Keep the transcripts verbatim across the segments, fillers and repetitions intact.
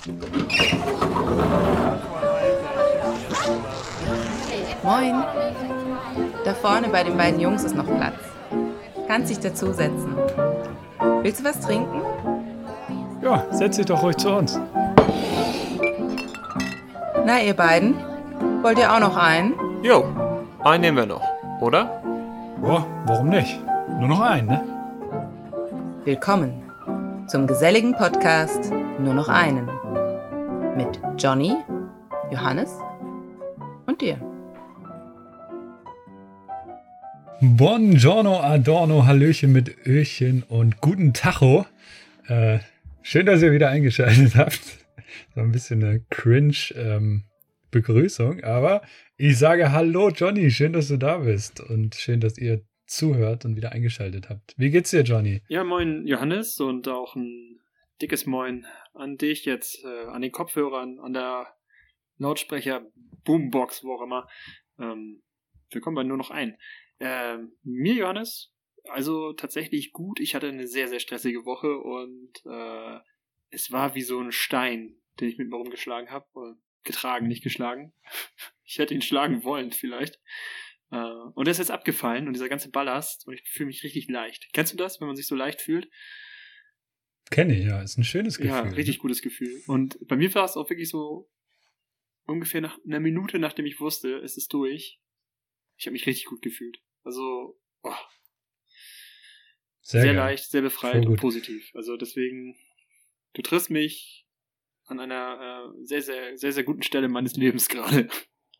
Moin. Da vorne bei den beiden Jungs ist noch Platz. Kannst dich dazusetzen. Willst du was trinken? Ja, setz dich doch ruhig zu uns. Na, ihr beiden? Wollt ihr auch noch einen? Jo, einen nehmen wir noch, oder? Boah, warum nicht? Nur noch einen, ne? Willkommen zum geselligen Podcast Nur noch einen. Mit Johnny, Johannes und dir. Buongiorno, Adorno, Hallöchen mit Öchen und guten Tacho. Äh, schön, dass ihr wieder eingeschaltet habt. So ein bisschen eine cringe ähm, Begrüßung, aber ich sage Hallo Johnny, schön, dass du da bist und schön, dass ihr zuhört und wieder eingeschaltet habt. Wie geht's dir, Johnny? Ja, moin Johannes und auch ein dickes Moin an dich jetzt, äh, an den Kopfhörern, an der Lautsprecher, Boombox, wo auch immer. Ähm, willkommen bei Nur noch ein. Ähm, mir, Johannes, also tatsächlich gut. Ich hatte eine sehr, sehr stressige Woche und äh, es war wie so ein Stein, den ich mit mir rumgeschlagen habe. Getragen, nicht geschlagen. Ich hätte ihn schlagen wollen vielleicht. Äh, und er ist jetzt abgefallen und dieser ganze Ballast und ich fühle mich richtig leicht. Kennst du das, wenn man sich so leicht fühlt? Kenne ich, ja. Ist ein schönes Gefühl. Ja, richtig ne? gutes Gefühl. Und bei mir war es auch wirklich so ungefähr nach einer Minute, nachdem ich wusste, es ist durch. Ich habe mich richtig gut gefühlt. Also, oh. sehr, sehr leicht, sehr befreit und positiv. Also deswegen, du triffst mich an einer äh, sehr, sehr, sehr, sehr guten Stelle meines Lebens gerade.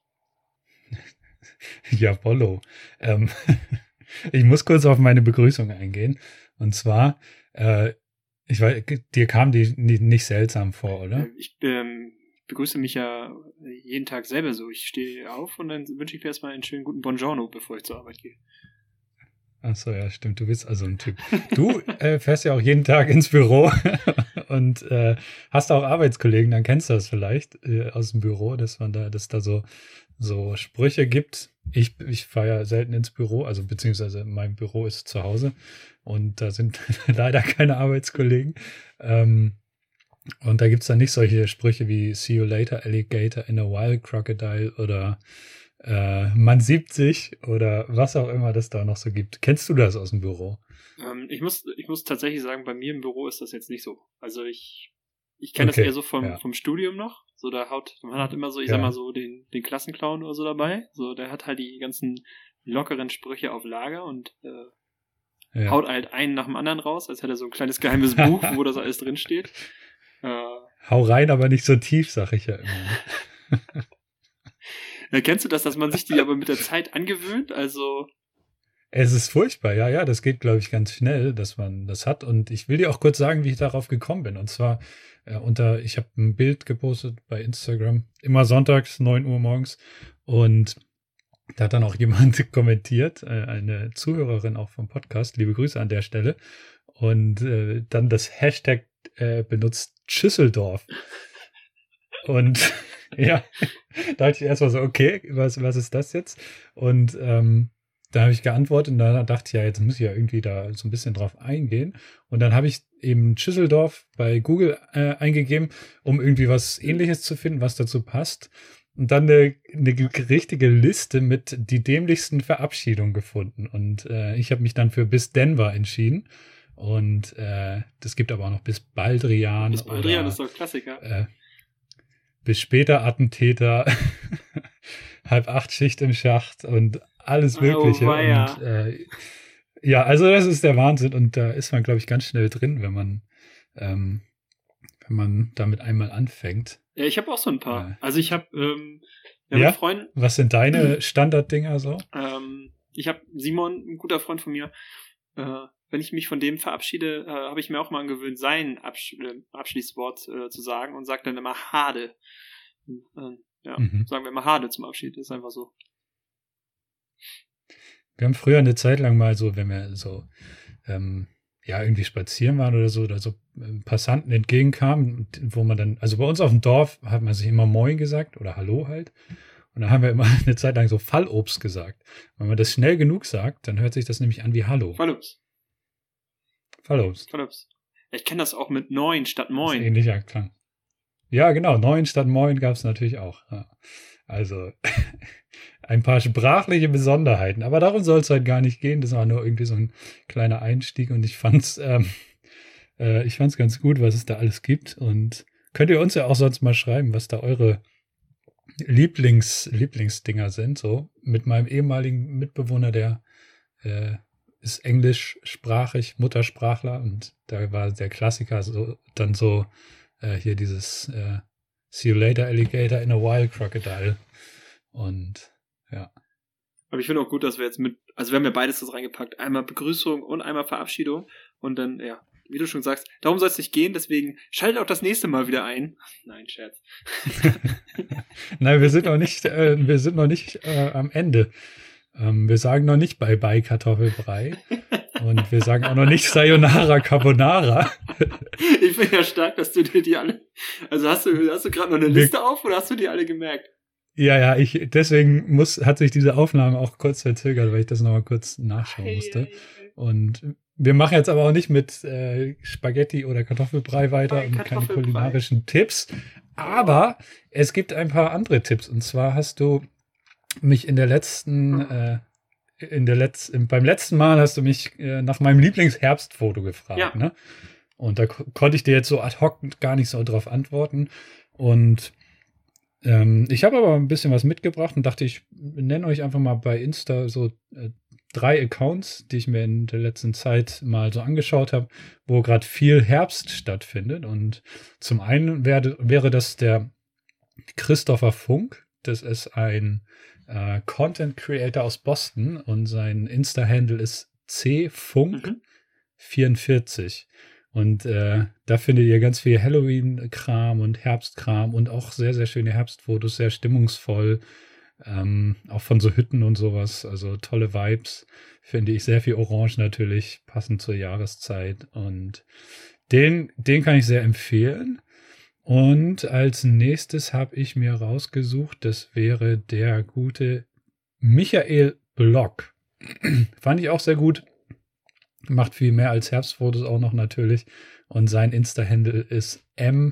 Ja, Apollo. Ähm, ich muss kurz auf meine Begrüßung eingehen. Und zwar, äh, ich weiß, dir kam die nicht seltsam vor, oder? Ich ähm, begrüße mich ja jeden Tag selber so. Ich stehe auf und dann wünsche ich mir erstmal einen schönen guten Buongiorno, bevor ich zur Arbeit gehe. Ach so, ja, stimmt. Du bist also ein Typ. Du äh, fährst ja auch jeden Tag ins Büro und äh, hast auch Arbeitskollegen, dann kennst du das vielleicht äh, aus dem Büro, dass man da, dass da so, so Sprüche gibt. Ich, ich fahre ja selten ins Büro, also beziehungsweise mein Büro ist zu Hause und da sind leider keine Arbeitskollegen. Ähm, und da gibt's dann nicht solche Sprüche wie See you later, Alligator in a while, Crocodile oder äh, man siebt sich oder was auch immer das da noch so gibt. Kennst du das aus dem Büro? Ähm, ich muss, ich muss tatsächlich sagen, bei mir im Büro ist das jetzt nicht so. Also ich, ich kenne Okay, das eher so vom, ja. vom Studium noch. So, da haut, man hat immer so, ich Ja. sag mal so, den, den Klassenclown oder so dabei. So, der hat halt die ganzen lockeren Sprüche auf Lager und äh, Ja. haut halt einen nach dem anderen raus, als hätte er so ein kleines geheimes Buch, wo das alles drin steht. Äh, Hau rein, aber nicht so tief, sag ich ja immer. Ne? ja, kennst du das, dass man sich die aber mit der Zeit angewöhnt? Also, Es ist furchtbar, ja, ja, das geht, glaube ich, ganz schnell, dass man das hat. Und ich will dir auch kurz sagen, wie ich darauf gekommen bin. Und zwar äh, unter, ich habe ein Bild gepostet bei Instagram, immer sonntags, neun Uhr morgens. Und da hat dann auch jemand kommentiert, äh, eine Zuhörerin auch vom Podcast, liebe Grüße an der Stelle. Und äh, dann das Hashtag äh, benutzt Schüsseldorf. Und ja, da dachte ich erstmal so, okay, was, was ist das jetzt? Und ähm, da habe ich geantwortet und dann dachte ich, ja, jetzt muss ich ja irgendwie da so ein bisschen drauf eingehen. Und dann habe ich eben Schüsseldorf bei Google äh, eingegeben, um irgendwie was Ähnliches zu finden, was dazu passt. Und dann eine, eine richtige Liste mit die dämlichsten Verabschiedungen gefunden. Und äh, ich habe mich dann für bis Denver entschieden. Und äh, das gibt aber auch noch bis Baldrian. bis Baldrian oder, ist doch ein Klassiker. Äh, bis später Attentäter, halb acht Schicht im Schacht und alles Mögliche. Oh, weia. und äh, ja, also das ist der Wahnsinn und da ist man, glaube ich, ganz schnell drin, wenn man ähm, wenn man damit einmal anfängt. Ja, ich habe auch so ein paar. Äh, Also ich habe ähm, ja, ja? mit Freunden, Was sind deine Standarddinger so? ähm, ich habe Simon, ein guter Freund von mir, äh, wenn ich mich von dem verabschiede, äh, habe ich mir auch mal angewöhnt, sein Absch äh, Abschließwort äh, zu sagen und sage dann immer Hade. Äh, ja, Mhm. sagen wir immer Hade zum Abschied, ist einfach so. Wir haben früher eine Zeit lang mal so, wenn wir so ähm, ja irgendwie spazieren waren oder so, oder so ähm, Passanten entgegenkamen, wo man dann, also bei uns auf dem Dorf hat man sich immer Moin gesagt oder Hallo halt. Und dann haben wir immer eine Zeit lang so Fallobst gesagt. Wenn man das schnell genug sagt, dann hört sich das nämlich an wie Hallo. Fallups. Fallobst. Fallups. Ich kenne das auch mit neun statt Das ist moin. ähnlicher Klang. Ja, genau, neun statt moin gab es natürlich auch. Ja. Also ein paar sprachliche Besonderheiten, aber darum soll es halt gar nicht gehen. Das war nur irgendwie so ein kleiner Einstieg und ich fand's, ähm, äh, ich fand's ganz gut, was es da alles gibt. Und könnt ihr uns ja auch sonst mal schreiben, was da eure Lieblings, Lieblingsdinger sind. So mit meinem ehemaligen Mitbewohner, der äh, ist englischsprachig, Muttersprachler und da war der Klassiker so dann so äh, hier dieses äh, See you later, Alligator in a Wild Crocodile. Und ja. Aber ich finde auch gut, dass wir jetzt mit, also wir haben ja beides das reingepackt, einmal Begrüßung und einmal Verabschiedung und dann, ja, wie du schon sagst, darum soll es nicht gehen, deswegen schaltet auch das nächste Mal wieder ein. Nein, Scherz. Nein, wir sind noch nicht, äh, wir sind noch nicht äh, am Ende. Ähm, wir sagen noch nicht Bye-bye Kartoffelbrei und wir sagen auch noch nicht Sayonara Carbonara. Ich finde ja stark, dass du dir die alle, also hast du, hast du gerade noch eine Liste wir, auf oder hast du die alle gemerkt? Ja, ja, ich, deswegen muss, hat sich diese Aufnahme auch kurz verzögert, weil ich das nochmal kurz nachschauen musste. Und wir machen jetzt aber auch nicht mit äh, Spaghetti oder Kartoffelbrei weiter Bei und keine kulinarischen Tipps. Aber es gibt ein paar andere Tipps. Und zwar hast du mich in der letzten, äh, in der letzten, beim letzten Mal hast du mich äh, nach meinem Lieblingsherbstfoto gefragt, ja. Ne? Und da ko- konnte ich dir jetzt so ad hoc gar nicht so drauf antworten. Und ähm, ich habe aber ein bisschen was mitgebracht und dachte, ich nenne euch einfach mal bei Insta so äh, drei Accounts, die ich mir in der letzten Zeit mal so angeschaut habe, wo gerade viel Herbst stattfindet. Und zum einen wär, wäre das der Christopher Funk. Das ist ein äh, Content Creator aus Boston und sein Insta-Handle ist c funk vierundvierzig. Und äh, da findet ihr ganz viel Halloween-Kram und Herbstkram und auch sehr, sehr schöne Herbstfotos, sehr stimmungsvoll. Ähm, auch von so Hütten und sowas. Also tolle Vibes, finde ich. Sehr viel Orange natürlich, passend zur Jahreszeit. Und den, den kann ich sehr empfehlen. Und als nächstes habe ich mir rausgesucht, das wäre der gute Michael Block. Fand ich auch sehr gut. Macht viel mehr als Herbstfotos auch noch natürlich. Und sein Insta-Handle ist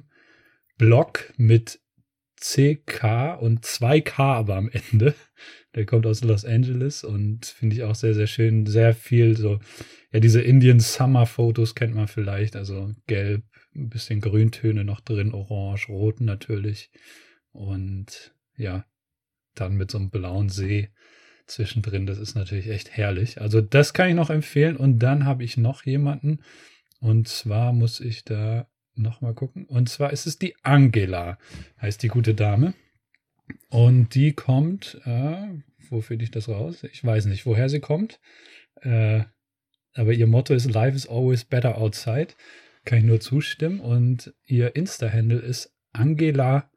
mblock mit C K und zwei K aber am Ende. Der kommt aus Los Angeles und finde ich auch sehr, sehr schön. Sehr viel so, ja, diese Indian Summer Fotos kennt man vielleicht. Also gelb, ein bisschen Grüntöne noch drin, orange, rot natürlich. Und ja, dann mit so einem blauen See zwischendrin. Das ist natürlich echt herrlich. Also das kann ich noch empfehlen. Und dann habe ich noch jemanden. Und zwar muss ich da noch mal gucken. Und zwar ist es die Angela, heißt die gute Dame. Und die kommt, äh, wo finde ich das raus? Ich weiß nicht, woher sie kommt. Äh, aber ihr Motto ist Life is always better outside. Kann ich nur zustimmen. Und ihr Insta-Handle ist Angela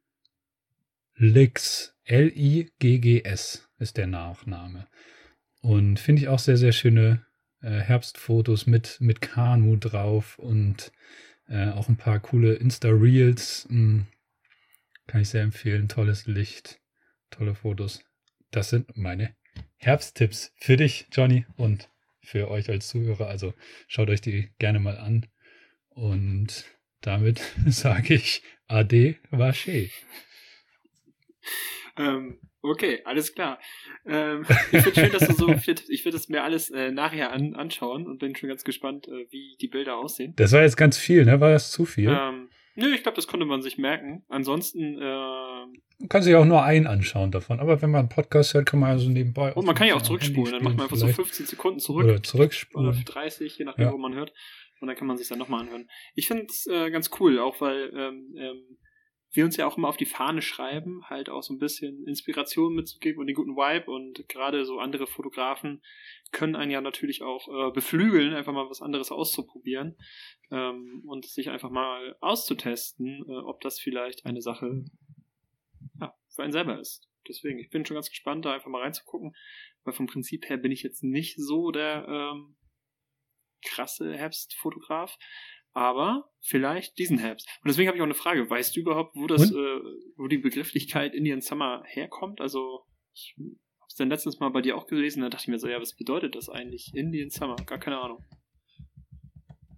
Liggs. L I G G S ist der Nachname. Und finde ich auch sehr, sehr schöne äh, Herbstfotos mit, mit Kanu drauf und äh, auch ein paar coole Insta-Reels. Mh, kann ich sehr empfehlen. Tolles Licht, tolle Fotos. Das sind meine Herbsttipps für dich, Johnny, und für euch als Zuhörer. Also schaut euch die gerne mal an. Und damit sage ich Ade Vache. Ähm, okay, alles klar. Ähm, ich finde schön, dass du so, ich will das mir alles äh, nachher an, anschauen und bin schon ganz gespannt, äh, wie die Bilder aussehen. Das war jetzt ganz viel, ne? War das zu viel? Ähm, nö, ich glaube, das konnte man sich merken. Ansonsten, äh, man kann sich auch nur einen anschauen davon, aber wenn man einen Podcast hört, kann man also nebenbei. Und man kann ja auch zurückspulen, dann macht man einfach so fünfzehn Sekunden zurück. Oder zurückspulen. Oder dreißig, je nachdem, ja, wo man hört. Und dann kann man sich dann nochmal anhören. Ich finde es äh, ganz cool, auch weil ähm, ähm, wir uns ja auch immer auf die Fahne schreiben, halt auch so ein bisschen Inspiration mitzugeben und den guten Vibe, und gerade so andere Fotografen können einen ja natürlich auch äh, beflügeln, einfach mal was anderes auszuprobieren ähm, und sich einfach mal auszutesten, äh, ob das vielleicht eine Sache, ja, für einen selber ist. Deswegen, ich bin schon ganz gespannt, da einfach mal reinzugucken, weil vom Prinzip her bin ich jetzt nicht so der ähm, krasse Herbstfotograf, aber vielleicht diesen Herbst. Und deswegen habe ich auch eine Frage. Weißt du überhaupt, wo das, äh, wo die Begrifflichkeit Indian Summer herkommt? Also, ich habe es dann letztens mal bei dir auch gelesen, da dachte ich mir so, ja, was bedeutet das eigentlich? Indian Summer? Gar keine Ahnung.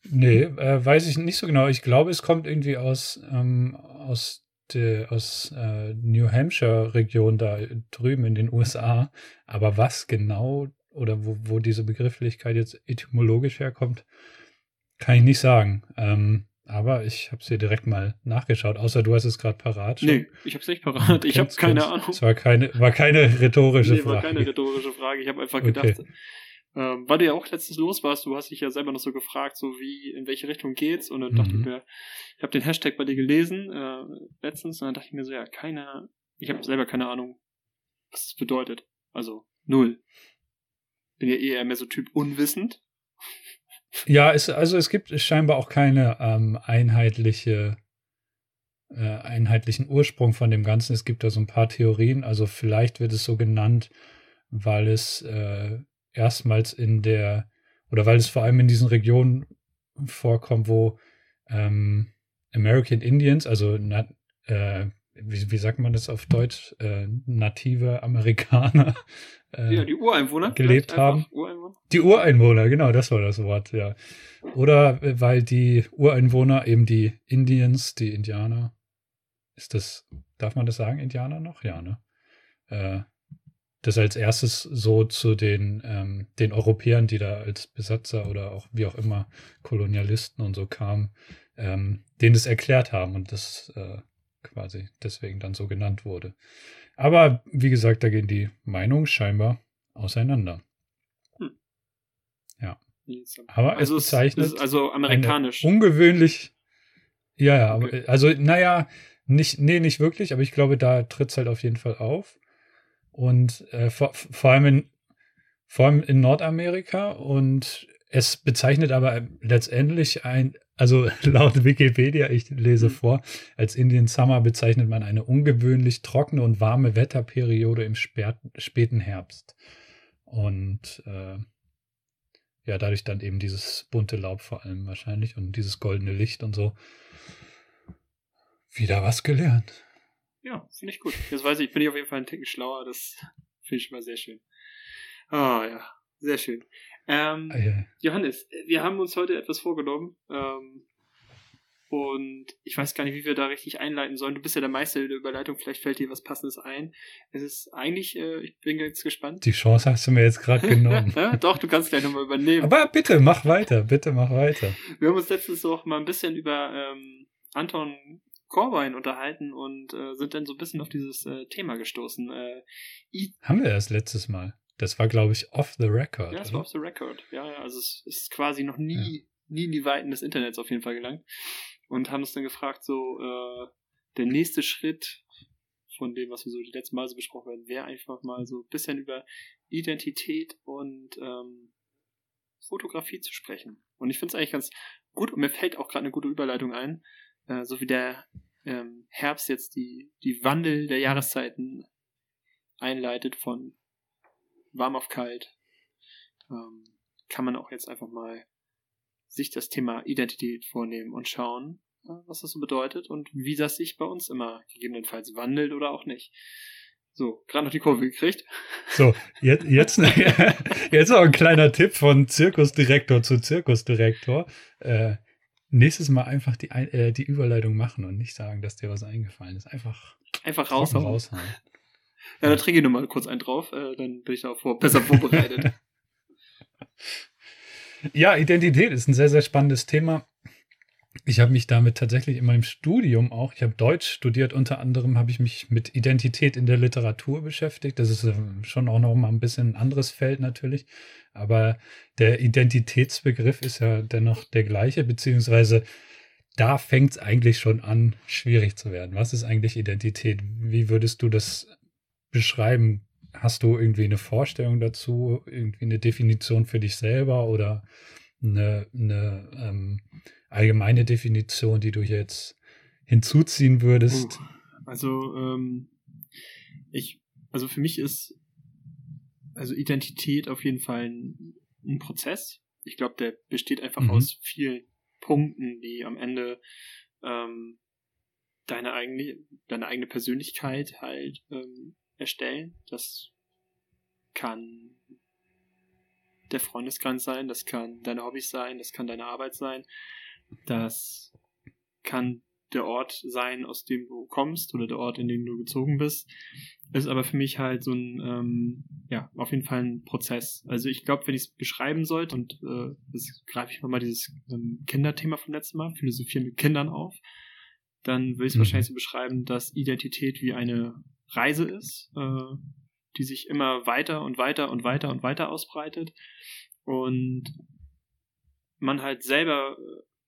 Nee, äh, weiß ich nicht so genau. Ich glaube, es kommt irgendwie aus, ähm, aus, der, aus äh, New Hampshire-Region da drüben in den U S A. Aber was genau oder wo, wo diese Begrifflichkeit jetzt etymologisch herkommt, kann ich nicht sagen. Ähm, aber ich habe es hier direkt mal nachgeschaut, außer du hast es gerade parat schon. Nee, ich hab's nicht parat. Ich habe Kennst- keine kennst- Ahnung. Es war keine, war keine rhetorische Nee, Frage. war keine rhetorische Frage. Ich habe einfach Okay. gedacht, ähm, weil du ja auch letztens los warst, du hast dich ja selber noch so gefragt, so wie, in welche Richtung geht's? Und dann dachte ich Mhm. mir, ich habe den Hashtag bei dir gelesen, äh, letztens, und dann dachte ich mir so, ja, keine, ich habe selber keine Ahnung, was das bedeutet. Also, null. Bin ja eher mehr so Typ unwissend. Ja, es, also es gibt scheinbar auch keine ähm, einheitliche, äh, einheitlichen Ursprung von dem Ganzen. Es gibt da so ein paar Theorien. Also vielleicht wird es so genannt, weil es äh, erstmals in der, oder weil es vor allem in diesen Regionen vorkommt, wo ähm, American Indians, also na, äh, wie, wie sagt man das auf Deutsch, äh, native Amerikaner äh, Ja, die Ureinwohner. gelebt vielleicht einfach haben. Ureinwohner. Die Ureinwohner, genau, das war das Wort, ja. Oder äh, weil die Ureinwohner eben die Indians, die Indianer, ist das, darf man das sagen, Indianer noch? Ja, ne? Äh, das als erstes so zu den, ähm, den Europäern, die da als Besatzer oder auch wie auch immer Kolonialisten und so kamen, ähm, denen das erklärt haben und das äh, quasi deswegen dann so genannt wurde. Aber wie gesagt, da gehen die Meinungen scheinbar auseinander. Aber Also es es bezeichnet ist also amerikanisch. eine ungewöhnlich, ja, ja, Okay. aber, also naja, nicht, nee, nicht wirklich, aber ich glaube, da tritt es halt auf jeden Fall auf. Und äh, vor, vor allem in, vor allem in Nordamerika und es bezeichnet aber letztendlich ein, also laut Wikipedia, ich lese Hm. vor, als Indian Summer bezeichnet man eine ungewöhnlich trockene und warme Wetterperiode im spät, späten Herbst. Und äh, ja, dadurch dann eben dieses bunte Laub vor allem wahrscheinlich und dieses goldene Licht und so. Wieder was gelernt. Ja, finde ich gut. Jetzt weiß ich, bin ich auf jeden Fall ein Ticken schlauer. Das finde ich schon mal sehr schön. Ah ja, sehr schön. Ähm, Ah, ja. Johannes, wir haben uns heute etwas vorgenommen. Ähm, und ich weiß gar nicht, wie wir da richtig einleiten sollen. Du bist ja der Meister in der Überleitung. Vielleicht fällt dir was Passendes ein. Es ist eigentlich, äh, ich bin jetzt gespannt. Die Chance hast du mir jetzt gerade genommen. Ja, doch, du kannst gleich nochmal übernehmen. Aber bitte, mach weiter. Bitte, mach weiter. Wir haben uns letztens auch mal ein bisschen über ähm, Anton Corbijn unterhalten und äh, sind dann so ein bisschen auf dieses äh, Thema gestoßen. Äh, I- Haben wir das letztes Mal? Das war, glaube ich, off the record. ja, es oder? war off the record. Ja, ja, also es ist quasi noch nie, nie in die Weiten des Internets auf jeden Fall gelangt. Und haben uns dann gefragt, so, äh, der nächste Schritt von dem, was wir so die letzten Mal so besprochen haben, wäre einfach mal so ein bisschen über Identität und ähm, Fotografie zu sprechen. Und ich finde es eigentlich ganz gut und mir fällt auch gerade eine gute Überleitung ein, äh, so wie der ähm, Herbst jetzt die, die Wandel der Jahreszeiten einleitet von warm auf kalt, ähm, kann man auch jetzt einfach mal sich das Thema Identität vornehmen und schauen, äh, was das so bedeutet und wie das sich bei uns immer gegebenenfalls wandelt oder auch nicht. So, gerade noch die Kurve gekriegt. So, jetzt, jetzt, jetzt noch ein kleiner Tipp von Zirkusdirektor zu Zirkusdirektor. Äh, nächstes Mal einfach die, Ein- äh, die Überleitung machen und nicht sagen, dass dir was eingefallen ist. Einfach Einfach trocken raushauen. raushauen. Ja, da trinke ich nochmal kurz einen drauf, äh, dann bin ich da auch vor, besser vorbereitet. Ja, Identität ist ein sehr, sehr spannendes Thema. Ich habe mich damit tatsächlich in meinem Studium auch, ich habe Deutsch studiert, unter anderem habe ich mich mit Identität in der Literatur beschäftigt. Das ist äh, schon auch noch mal ein bisschen ein anderes Feld natürlich. Aber der Identitätsbegriff ist ja dennoch der gleiche, beziehungsweise da fängt es eigentlich schon an, schwierig zu werden. Was ist eigentlich Identität? Wie würdest du das beschreiben? Hast du irgendwie eine Vorstellung dazu, irgendwie eine Definition für dich selber oder eine, eine ähm, allgemeine Definition, die du jetzt hinzuziehen würdest? Uh, also, ähm, ich, also für mich ist also Identität auf jeden Fall ein, ein Prozess. Ich glaube, der besteht einfach Mhm. aus vielen Punkten, die am Ende ähm, deine eigene, deine eigene Persönlichkeit halt ähm, erstellen. Das kann der Freundeskreis sein, das kann deine Hobbys sein, das kann deine Arbeit sein, das kann der Ort sein, aus dem du kommst oder der Ort, in den du gezogen bist. Ist aber für mich halt so ein, ähm, ja, auf jeden Fall ein Prozess. Also ich glaube, wenn ich es beschreiben sollte, und äh, das greife ich nochmal dieses ähm, Kinderthema vom letzten Mal, Philosophie mit Kindern auf, dann würde ich es mhm. wahrscheinlich so beschreiben, dass Identität wie eine Reise ist, äh, die sich immer weiter und weiter und weiter und weiter ausbreitet und man halt selber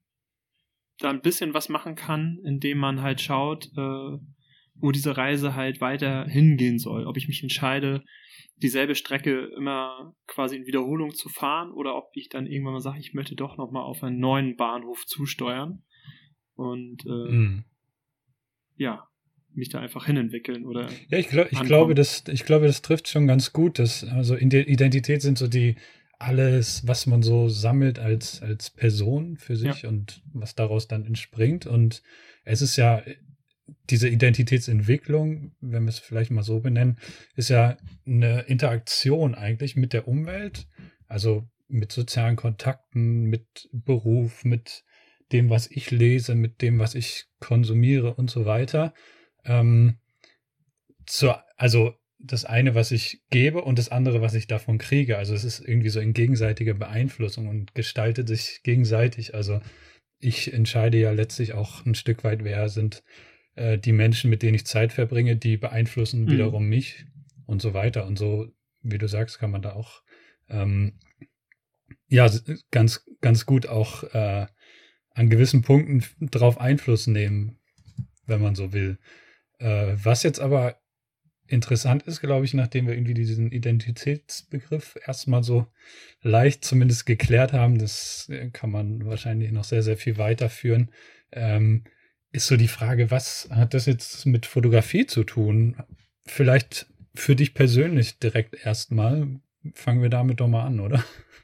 da ein bisschen was machen kann, indem man halt schaut, äh, wo diese Reise halt weiter hingehen soll. Ob ich mich entscheide, dieselbe Strecke immer quasi in Wiederholung zu fahren oder ob ich dann irgendwann mal sage, ich möchte doch nochmal auf einen neuen Bahnhof zusteuern und äh, mm. ja, mich da einfach hinentwickeln oder ja, ich, glaub, ich glaube, das, ich glaube, das trifft schon ganz gut. Dass, also Identität sind so die alles, was man so sammelt als, als Person für sich ja. und was daraus dann entspringt. Und es ist ja, diese Identitätsentwicklung, wenn wir es vielleicht mal so benennen, ist ja eine Interaktion eigentlich mit der Umwelt, also mit sozialen Kontakten, mit Beruf, mit dem, was ich lese, mit dem, was ich konsumiere und so weiter. Ähm, zur, also das eine, was ich gebe und das andere, was ich davon kriege. Also es ist irgendwie so in gegenseitiger Beeinflussung und gestaltet sich gegenseitig. Also ich entscheide ja letztlich auch ein Stück weit, wer sind äh, die Menschen, mit denen ich Zeit verbringe, die beeinflussen mhm. wiederum mich und so weiter. Und so, wie du sagst, kann man da auch ähm, ja ganz, ganz gut auch äh, an gewissen Punkten drauf Einfluss nehmen, wenn man so will. Äh, was jetzt aber interessant ist, glaube ich, nachdem wir irgendwie diesen Identitätsbegriff erstmal so leicht zumindest geklärt haben, das kann man wahrscheinlich noch sehr, sehr viel weiterführen, ähm, ist so die Frage, was hat das jetzt mit Fotografie zu tun? Vielleicht für dich persönlich direkt erstmal. Fangen wir damit doch mal an, oder?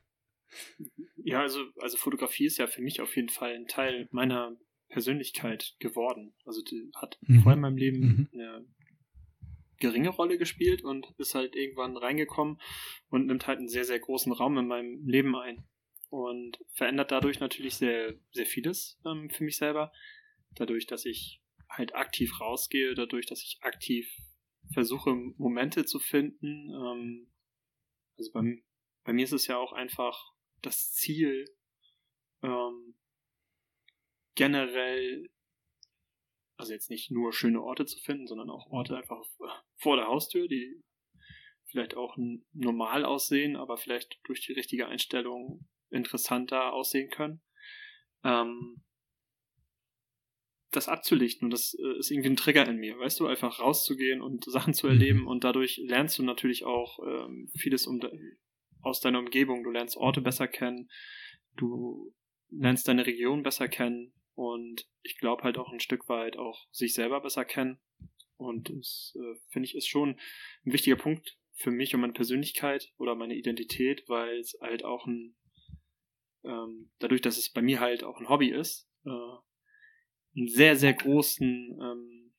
Ja, also, also Fotografie ist ja für mich auf jeden Fall ein Teil meiner Persönlichkeit geworden. Also die hat mhm. vorher in meinem Leben mhm. eine geringe Rolle gespielt und ist halt irgendwann reingekommen und nimmt halt einen sehr, sehr großen Raum in meinem Leben ein und verändert dadurch natürlich sehr, sehr vieles ähm, für mich selber. Dadurch, dass ich halt aktiv rausgehe, dadurch, dass ich aktiv versuche, Momente zu finden. Ähm, also bei, bei mir ist es ja auch einfach das Ziel, ähm, generell also jetzt nicht nur schöne Orte zu finden, sondern auch Orte einfach vor der Haustür, die vielleicht auch normal aussehen, aber vielleicht durch die richtige Einstellung interessanter aussehen können. Ähm, das abzulichten und das äh, ist irgendwie ein Trigger in mir, weißt du, einfach rauszugehen und Sachen zu erleben mhm. und dadurch lernst du natürlich auch ähm, vieles um de- aus deiner Umgebung. Du lernst Orte besser kennen, du lernst deine Region besser kennen. Und ich glaube halt auch ein Stück weit auch sich selber besser kennen. Und das, äh, finde ich, ist schon ein wichtiger Punkt für mich und meine Persönlichkeit oder meine Identität, weil es halt auch ein, ähm, dadurch, dass es bei mir halt auch ein Hobby ist, äh, einen sehr, sehr großen, ähm,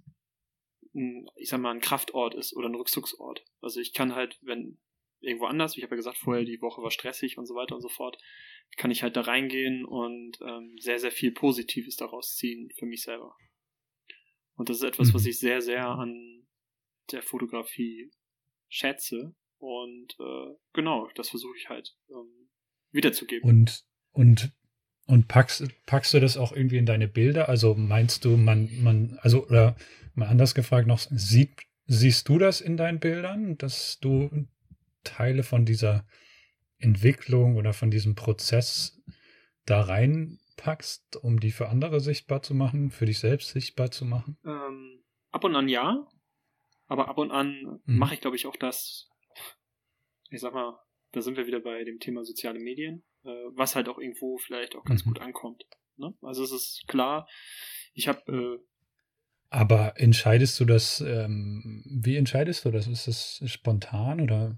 ein, ich sag mal, ein Kraftort ist oder ein Rückzugsort. Also ich kann halt, wenn irgendwo anders, ich habe ja gesagt, vorher die Woche war stressig und so weiter und so fort, kann ich halt da reingehen und ähm, sehr, sehr viel Positives daraus ziehen für mich selber. Und das ist etwas, mhm. was ich sehr, sehr an der Fotografie schätze und äh, genau, das versuche ich halt ähm, wiederzugeben. Und, und, und packst, packst du das auch irgendwie in deine Bilder? Also meinst du, man, man, also, oder mal anders gefragt noch, sieht, siehst du das in deinen Bildern, dass du Teile von dieser Entwicklung oder von diesem Prozess da reinpackst, um die für andere sichtbar zu machen, für dich selbst sichtbar zu machen? Ähm, ab und an ja, aber ab und an mhm. mache ich, glaube ich, auch das, ich sag mal, da sind wir wieder bei dem Thema soziale Medien, äh, was halt auch irgendwo vielleicht auch ganz mhm. gut ankommt. Ne? Also es ist klar, ich habe äh, aber entscheidest du das, ähm, wie entscheidest du das? Ist das spontan oder?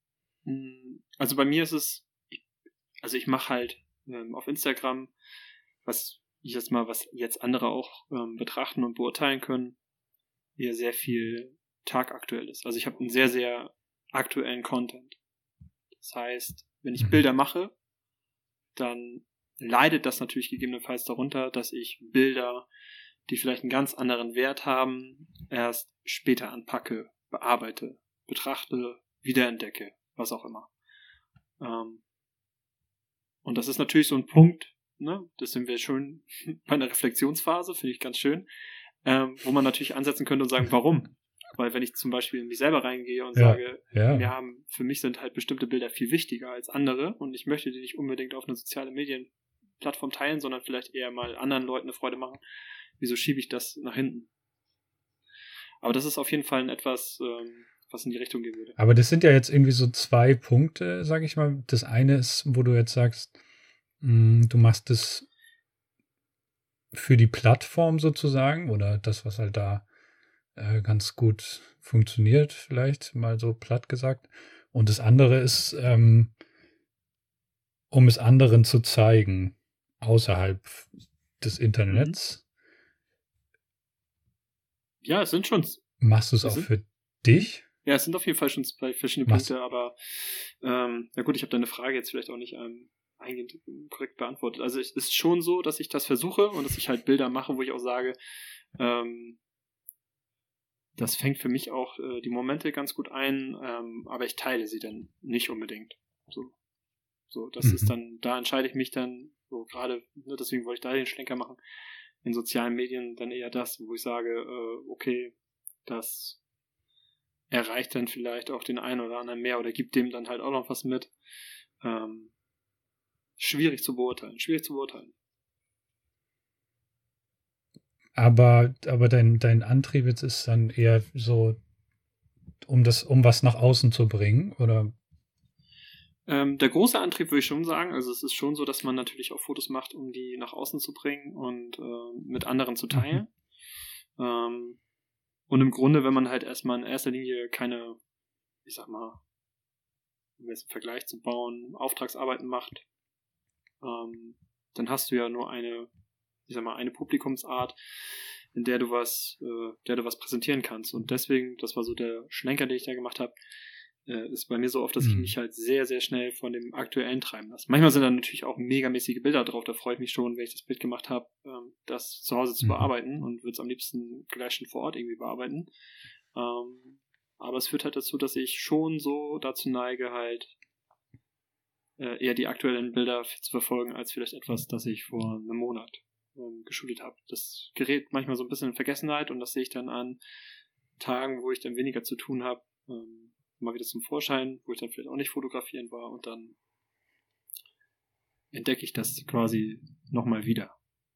Also bei mir ist es, also ich mache halt ähm, auf Instagram, was ich jetzt mal, was jetzt andere auch ähm, betrachten und beurteilen können, hier sehr viel tagaktuell ist. Also ich habe einen sehr, sehr aktuellen Content. Das heißt, Wenn ich Bilder mache, dann leidet das natürlich gegebenenfalls darunter, dass ich Bilder, die vielleicht einen ganz anderen Wert haben, erst später anpacke, bearbeite, betrachte, wiederentdecke, was auch immer. Ähm, und das ist natürlich so ein Punkt, ne, das sind wir schon bei einer Reflexionsphase, finde ich ganz schön, ähm, wo man natürlich ansetzen könnte und sagen, warum? Weil wenn ich zum Beispiel in mich selber reingehe und ja, sage, ja. wir haben, für mich sind halt bestimmte Bilder viel wichtiger als andere und ich möchte die nicht unbedingt auf eine soziale Medienplattform teilen, sondern vielleicht eher mal anderen Leuten eine Freude machen, wieso schiebe ich das nach hinten? Aber das ist auf jeden Fall etwas, ähm, was in die Richtung gehen würde. Aber das sind ja jetzt irgendwie so zwei Punkte, sage ich mal. Das eine ist, wo du jetzt sagst, mh, du machst es für die Plattform sozusagen oder das, was halt da äh, ganz gut funktioniert, vielleicht mal so platt gesagt. Und das andere ist, ähm, um es anderen zu zeigen, außerhalb des Internets. Ja, es sind schon... Machst du es auch sind, für dich? Ja, es sind auf jeden Fall schon zwei verschiedene Machst Punkte, aber ähm, ja gut, ich habe deine Frage jetzt vielleicht auch nicht ähm, eingehend korrekt beantwortet. Also es ist schon so, dass ich das versuche und dass ich halt Bilder mache, wo ich auch sage, ähm, das fängt für mich auch äh, die Momente ganz gut ein, ähm, aber ich teile sie dann nicht unbedingt. So, so das Mhm. ist dann, da entscheide ich mich dann, so gerade, ne, deswegen wollte ich da den Schlenker machen, in sozialen Medien dann eher das, wo ich sage, äh, okay, das erreicht dann vielleicht auch den einen oder anderen mehr oder gibt dem dann halt auch noch was mit. Ähm, schwierig zu beurteilen, schwierig zu beurteilen. Aber, aber dein, dein Antrieb jetzt ist dann eher so, um das, um was nach außen zu bringen, oder? Ähm, der große Antrieb würde ich schon sagen, also es ist schon so, dass man natürlich auch Fotos macht, um die nach außen zu bringen und äh, mit anderen zu teilen. Mhm. Ähm, und im Grunde, wenn man halt erstmal in erster Linie keine, ich sag mal, um jetzt einen Vergleich zu bauen, Auftragsarbeiten macht, ähm, dann hast du ja nur eine, ich sag mal, eine Publikumsart, in der du was, äh, der du was präsentieren kannst. Und deswegen, das war so der Schlenker, den ich da gemacht habe, äh, ist bei mir so oft, dass Mhm. ich mich halt sehr, sehr schnell von dem Aktuellen treiben lasse. Manchmal sind dann natürlich auch megamäßige Bilder drauf, da freue ich mich schon, wenn ich das Bild gemacht habe, ähm, das zu Hause zu Mhm. bearbeiten und würde es am liebsten gleich schon vor Ort irgendwie bearbeiten. Ähm, aber es führt halt dazu, dass ich schon so dazu neige, halt äh, eher die aktuellen Bilder f- zu verfolgen, als vielleicht etwas, das ich vor einem Monat ähm, geschultet habe. Das gerät manchmal so ein bisschen in Vergessenheit und das sehe ich dann an Tagen, wo ich dann weniger zu tun habe, ähm, mal wieder zum Vorschein, wo ich dann vielleicht auch nicht fotografieren war und dann entdecke ich das quasi nochmal wieder.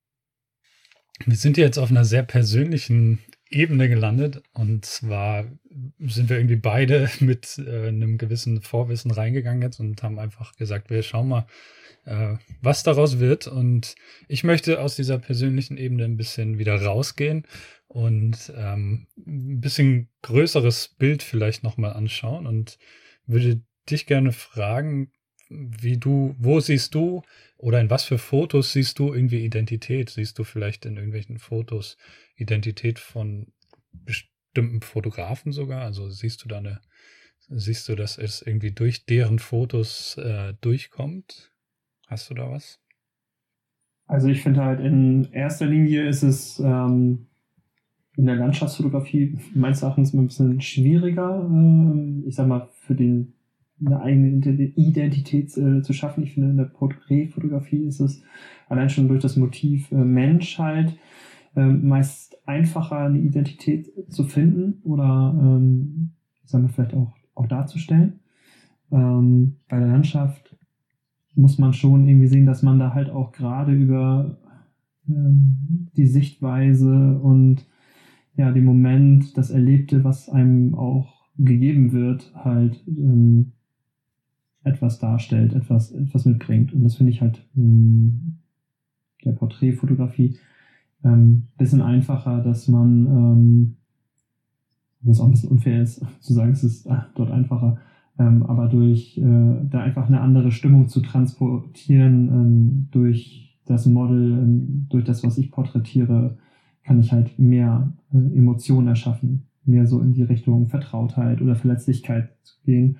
Wir sind jetzt auf einer sehr persönlichen Ebene gelandet und zwar sind wir irgendwie beide mit äh, einem gewissen Vorwissen reingegangen jetzt und haben einfach gesagt, wir schauen mal, äh, was daraus wird, und ich möchte aus dieser persönlichen Ebene ein bisschen wieder rausgehen und ähm, ein bisschen größeres Bild vielleicht nochmal anschauen und würde dich gerne fragen, wie du, wo siehst du oder in was für Fotos siehst du irgendwie Identität? Siehst du vielleicht in irgendwelchen Fotos Identität von bestimmten Fotografen sogar? Also siehst du da eine, siehst du, dass es irgendwie durch deren Fotos äh, durchkommt? Hast du da was? Also ich finde halt in erster Linie ist es ähm, in der Landschaftsfotografie meines Erachtens ein bisschen schwieriger, äh, ich sag mal, für den eine eigene Identität äh, zu schaffen. Ich finde, in der Porträtfotografie ist es allein schon durch das Motiv äh, Mensch halt äh, meist einfacher, eine Identität zu finden oder ähm, ich sag mal, vielleicht auch, auch darzustellen. Ähm, bei der Landschaft muss man schon irgendwie sehen, dass man da halt auch gerade über ähm, die Sichtweise und ja, den Moment, das Erlebte, was einem auch gegeben wird, halt ähm, etwas darstellt, etwas, etwas mitbringt. Und das finde ich halt in der Porträtfotografie ein ähm, bisschen einfacher, dass man, ähm, was auch ein bisschen unfair ist, zu sagen, es ist ah, dort einfacher, ähm, aber durch äh, da einfach eine andere Stimmung zu transportieren, ähm, durch das Model, ähm, durch das, was ich porträtiere, kann ich halt mehr äh, Emotionen erschaffen, mehr so in die Richtung Vertrautheit oder Verletzlichkeit zu gehen.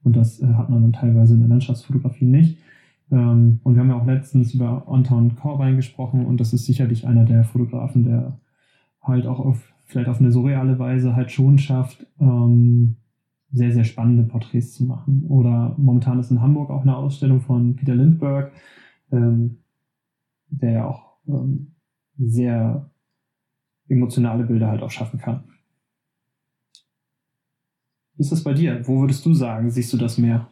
Und das äh, hat man dann teilweise in der Landschaftsfotografie nicht. Ähm, und wir haben ja auch letztens über Anton Corbijn gesprochen und das ist sicherlich einer der Fotografen, der halt auch auf, vielleicht auf eine surreale Weise halt schon schafft, ähm, sehr, sehr spannende Porträts zu machen. Oder momentan ist in Hamburg auch eine Ausstellung von Peter Lindbergh, ähm, der ja auch ähm, sehr emotionale Bilder halt auch schaffen kann. Wie ist das bei dir? Wo würdest du sagen, siehst du das mehr?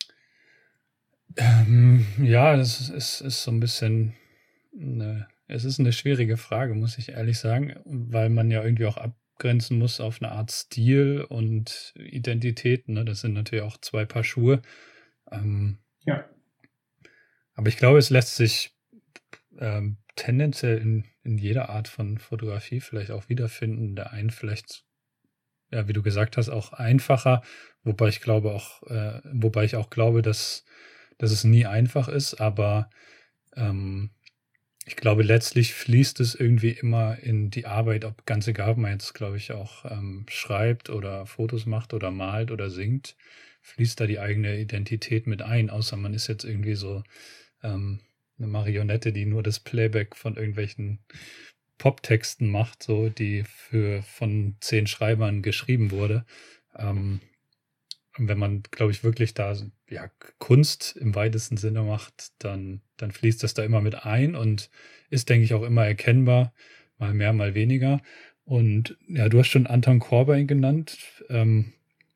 Ähm, ja, das ist, ist so ein bisschen eine, es ist eine schwierige Frage, muss ich ehrlich sagen, weil man ja irgendwie auch abgrenzen muss auf eine Art Stil und Identität. Ne? Das sind natürlich auch zwei Paar Schuhe. Ähm, ja. Aber ich glaube, es lässt sich ähm, tendenziell in, in jeder Art von Fotografie vielleicht auch wiederfinden. Der einen vielleicht, ja, wie du gesagt hast, auch einfacher, wobei ich glaube auch, äh, wobei ich auch glaube, dass dass es nie einfach ist, aber ähm, ich glaube, letztlich fließt es irgendwie immer in die Arbeit, ob ganz egal, ob man jetzt, glaube ich, auch ähm, schreibt oder Fotos macht oder malt oder singt, fließt da die eigene Identität mit ein, außer man ist jetzt irgendwie so ähm, eine Marionette, die nur das Playback von irgendwelchen Poptexten macht, so die für von zehn Schreibern geschrieben wurde. Ähm, Und wenn man, glaube ich, wirklich da ja, Kunst im weitesten Sinne macht, dann, dann fließt das da immer mit ein und ist, denke ich, auch immer erkennbar, mal mehr, mal weniger. Und ja, du hast schon Anton Corbijn genannt. Ähm,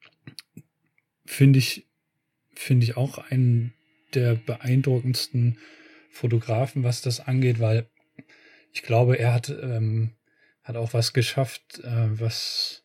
finde ich, finde ich auch einen der beeindruckendsten Fotografen, was das angeht, weil ich glaube, er hat, ähm, hat auch was geschafft, äh, was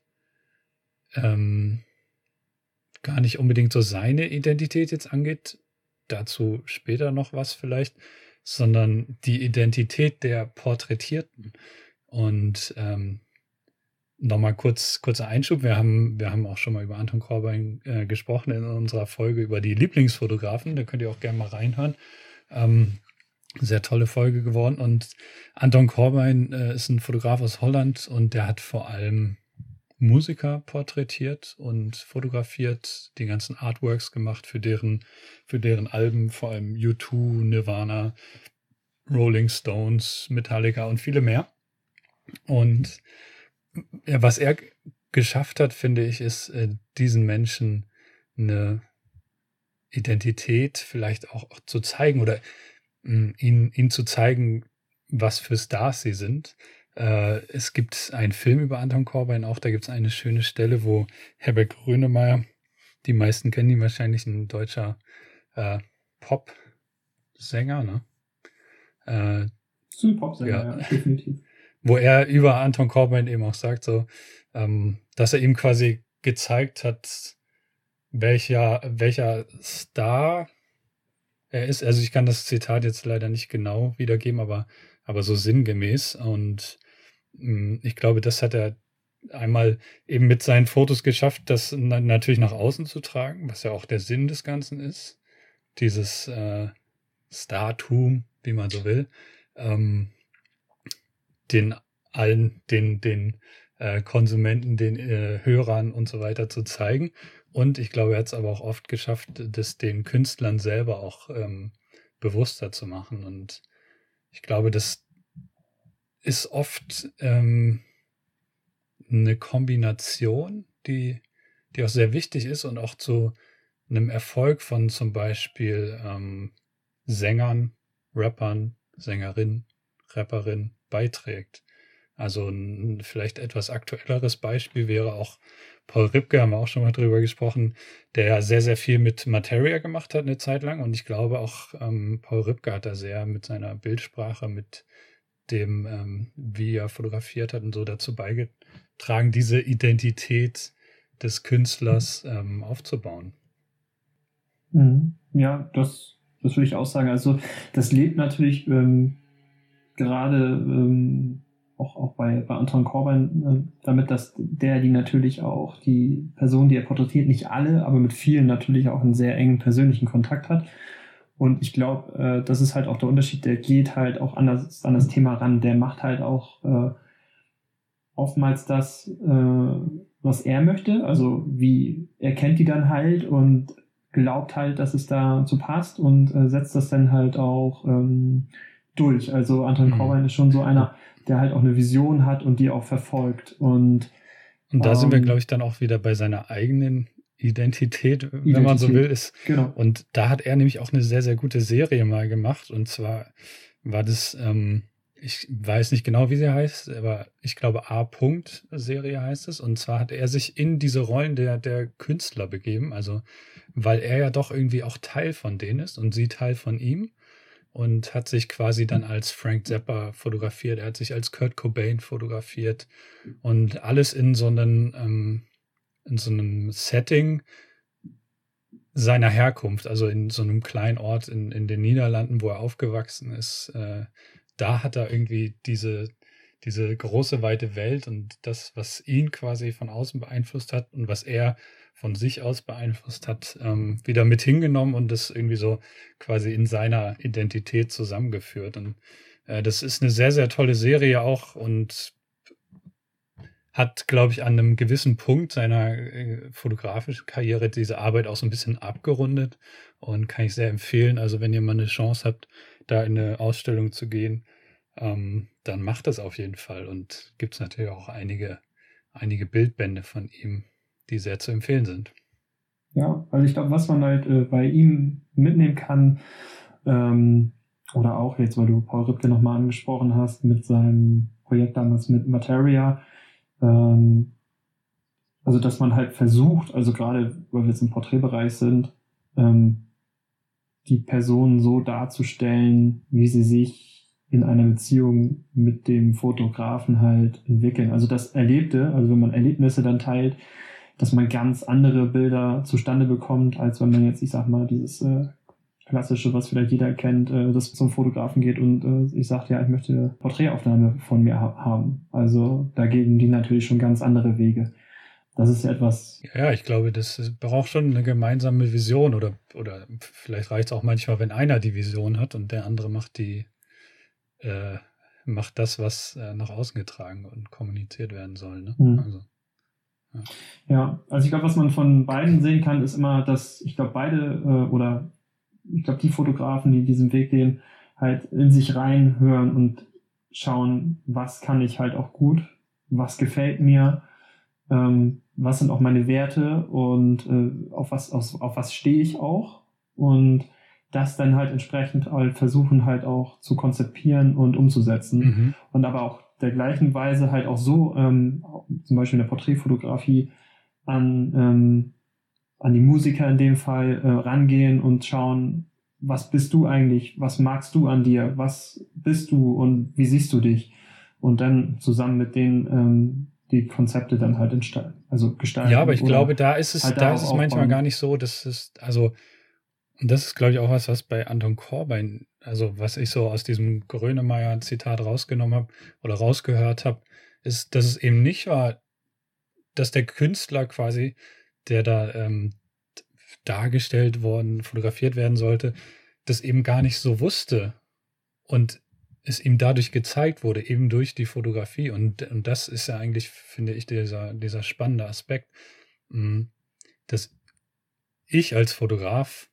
ähm, gar nicht unbedingt so seine Identität jetzt angeht, dazu später noch was vielleicht, sondern die Identität der Porträtierten. Und ähm, nochmal kurz, kurzer Einschub, wir haben, wir haben auch schon mal über Anton Corbijn äh, gesprochen in unserer Folge über die Lieblingsfotografen, da könnt ihr auch gerne mal reinhören. Ähm, sehr tolle Folge geworden und Anton Corbijn äh, ist ein Fotograf aus Holland und der hat vor allem Musiker porträtiert und fotografiert, die ganzen Artworks gemacht für deren, für deren Alben, vor allem U zwei, Nirvana, Rolling Stones, Metallica und viele mehr. Und ja, was er geschafft hat, finde ich, ist äh, diesen Menschen eine Identität vielleicht auch, auch zu zeigen oder mh, ihnen, ihnen zu zeigen, was für Stars sie sind. Äh, es gibt einen Film über Anton Corbijn auch, da gibt es eine schöne Stelle, wo Herbert Grönemeyer, die meisten kennen ihn wahrscheinlich, ein deutscher äh, Pop-Sänger, ne? Äh, ist ein Popsänger, ja, ja, definitiv. Wo er über Anton Corbijn eben auch sagt, so, ähm, dass er ihm quasi gezeigt hat, welcher, welcher Star er ist. Also ich kann das Zitat jetzt leider nicht genau wiedergeben, aber, aber so sinngemäß. Und mh, ich glaube, das hat er einmal eben mit seinen Fotos geschafft, das na- natürlich nach außen zu tragen, was ja auch der Sinn des Ganzen ist. Dieses äh, Startum, wie man so will. Ähm, den allen, den, den äh, Konsumenten, den äh, Hörern und so weiter zu zeigen. Und ich glaube, er hat es aber auch oft geschafft, das den Künstlern selber auch ähm, bewusster zu machen. Und ich glaube, das ist oft ähm, eine Kombination, die, die auch sehr wichtig ist und auch zu einem Erfolg von zum Beispiel ähm, Sängern, Rappern, Sängerinnen, Rapperinnen beiträgt. Also ein vielleicht etwas aktuelleres Beispiel wäre auch Paul Ripke, haben wir auch schon mal drüber gesprochen, der ja sehr, sehr viel mit Materia gemacht hat eine Zeit lang. Und ich glaube auch, ähm, Paul Ripke hat da sehr mit seiner Bildsprache, mit dem, ähm, wie er fotografiert hat und so dazu beigetragen, diese Identität des Künstlers ähm, aufzubauen. Mhm. Ja, das, das würde ich auch sagen. Also das lebt natürlich ähm, gerade ähm, auch, auch bei, bei Anton Corbijn äh, damit, dass der die natürlich auch, die Person, die er porträtiert, nicht alle, aber mit vielen natürlich auch einen sehr engen persönlichen Kontakt hat. Und ich glaube, äh, das ist halt auch der Unterschied, der geht halt auch anders an das Thema ran. Der macht halt auch äh, oftmals das, äh, was er möchte. Also wie er kennt die dann halt und glaubt halt, dass es da so passt und äh, setzt das dann halt auch ähm, durch. Also Anton Mhm. Corbijn ist schon so einer, der halt auch eine Vision hat und die auch verfolgt. Und, Und da sind wir, ähm, glaube ich, dann auch wieder bei seiner eigenen Identität, wenn man so Identität. will, ist. Genau. Und da hat er nämlich auch eine sehr, sehr gute Serie mal gemacht. Und zwar war das, ähm, ich weiß nicht genau, wie sie heißt, aber ich glaube A-Punkt-Serie heißt es. Und zwar hat er sich in diese Rollen der, der Künstler begeben. Also, weil er ja doch irgendwie auch Teil von denen ist und sie Teil von ihm. Und hat sich quasi dann als Frank Zappa fotografiert. Er hat sich als Kurt Cobain fotografiert. Und alles in so einem, ähm, in so einem Setting seiner Herkunft, also in so einem kleinen Ort in, in den Niederlanden, wo er aufgewachsen ist. Äh, da hat er irgendwie diese, diese große, weite Welt und das, was ihn quasi von außen beeinflusst hat und was er von sich aus beeinflusst hat, ähm, wieder mit hingenommen und das irgendwie so quasi in seiner Identität zusammengeführt. Und äh, das ist eine sehr, sehr tolle Serie auch und hat, glaube ich, an einem gewissen Punkt seiner äh, fotografischen Karriere diese Arbeit auch so ein bisschen abgerundet und kann ich sehr empfehlen. Also wenn ihr mal eine Chance habt, da in eine Ausstellung zu gehen, ähm, dann macht das auf jeden Fall. Und gibt es natürlich auch einige, einige Bildbände von ihm, die sehr zu empfehlen sind. Ja, also ich glaube, was man halt äh, bei ihm mitnehmen kann, ähm, oder auch jetzt, weil du Paul Ripke nochmal angesprochen hast, mit seinem Projekt damals mit Materia, ähm, also dass man halt versucht, also gerade, weil wir jetzt im Porträtbereich sind, ähm, die Person so darzustellen, wie sie sich in einer Beziehung mit dem Fotografen halt entwickeln. Also das Erlebte, also wenn man Erlebnisse dann teilt, dass man ganz andere Bilder zustande bekommt, als wenn man jetzt, ich sag mal, dieses äh, klassische, was vielleicht jeder kennt, äh, das zum Fotografen geht und äh, ich sage, ja, ich möchte eine Porträtaufnahme von mir ha- haben. Also da gehen die natürlich schon ganz andere Wege. Das ist ja etwas... Ja, ich glaube, das braucht schon eine gemeinsame Vision oder, oder vielleicht reicht es auch manchmal, wenn einer die Vision hat und der andere macht die, äh, macht das, was äh, nach außen getragen und kommuniziert werden soll. Ne? Mhm. Also, ja. Ja, also ich glaube, was man von beiden sehen kann, ist immer, dass ich glaube, beide äh, oder ich glaube, die Fotografen, die diesen Weg gehen, halt in sich reinhören und schauen, was kann ich halt auch gut, was gefällt mir, ähm, was sind auch meine Werte und äh, auf was auf, auf was stehe ich auch und das dann halt entsprechend halt versuchen halt auch zu konzipieren und umzusetzen Mhm. und aber auch der gleichen Weise halt auch so, ähm, zum Beispiel in der Porträtfotografie, an, ähm, an die Musiker in dem Fall äh, rangehen und schauen, was bist du eigentlich, was magst du an dir, was bist du und wie siehst du dich? Und dann zusammen mit denen ähm, die Konzepte dann halt insta- also gestalten. Ja, aber ich oder glaube, da ist es, halt da darauf ist es manchmal aufbauen. gar nicht so, dass es, also, und das ist, glaube ich, auch was, was bei Anton Corbijn, also was ich so aus diesem Grönemeyer-Zitat rausgenommen habe oder rausgehört habe, ist, dass es eben nicht war, dass der Künstler quasi, der da ähm, dargestellt worden, fotografiert werden sollte, das eben gar nicht so wusste und es ihm dadurch gezeigt wurde, eben durch die Fotografie. Und, und das ist ja eigentlich, finde ich, dieser, dieser spannende Aspekt, mh, dass ich als Fotograf,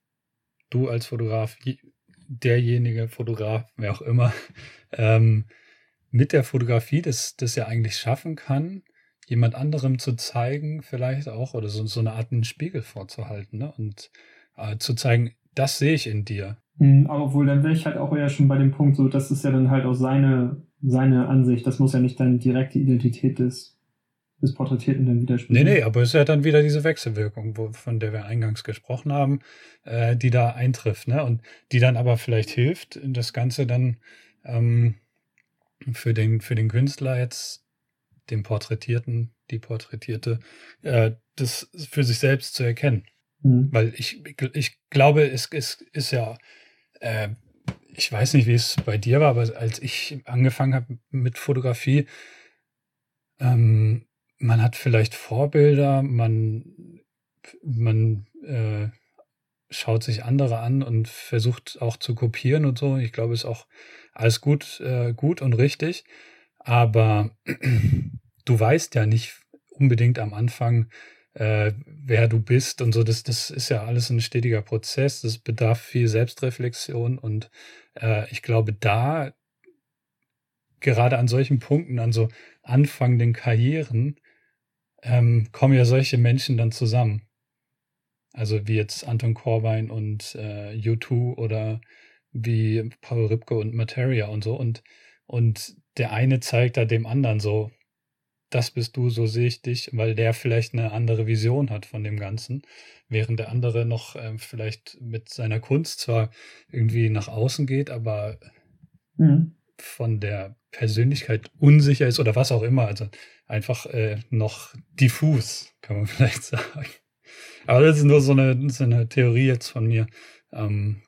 du als Fotograf, je- derjenige Fotograf, wer auch immer, ähm, mit der Fotografie das, das ja eigentlich schaffen kann, jemand anderem zu zeigen, vielleicht auch, oder so, so eine Art einen Spiegel vorzuhalten, ne? Und äh, zu zeigen, das sehe ich in dir. Mhm, aber obwohl, dann wäre ich halt auch eher schon bei dem Punkt, so, das ist ja dann halt auch seine, seine Ansicht, das muss ja nicht dann direkt die Identität des, des Porträtierten dann Nee, widerspiegeln. nee, aber es ist ja dann wieder diese Wechselwirkung, wo, von der wir eingangs gesprochen haben, äh, die da eintrifft, ne? Und die dann aber vielleicht hilft, das Ganze dann ähm, für den, für den Künstler jetzt, den Porträtierten, die Porträtierte, äh, das für sich selbst zu erkennen. Mhm. Weil ich, ich glaube, es, es ist ja, äh, ich weiß nicht, wie es bei dir war, aber als ich angefangen habe mit Fotografie, ähm, man hat vielleicht Vorbilder, man, man äh, schaut sich andere an und versucht auch zu kopieren und so. Ich glaube, es ist auch alles gut, äh, gut und richtig. Aber du weißt ja nicht unbedingt am Anfang, äh, wer du bist und so. Das, das ist ja alles ein stetiger Prozess. Das bedarf viel Selbstreflexion und äh, ich glaube, da gerade an solchen Punkten, an so anfangenden Karrieren, ähm, kommen ja solche Menschen dann zusammen. Also wie jetzt Anton Corbijn und äh, U zwei oder wie Paul Ripke und Materia und so. Und, und der eine zeigt da dem anderen so, das bist du, so sehe ich dich, weil der vielleicht eine andere Vision hat von dem Ganzen, während der andere noch äh, vielleicht mit seiner Kunst zwar irgendwie nach außen geht, aber mhm. von der Persönlichkeit unsicher ist oder was auch immer. Also einfach äh, noch diffus, kann man vielleicht sagen. Aber das ist nur so eine, so eine Theorie jetzt von mir. Ähm,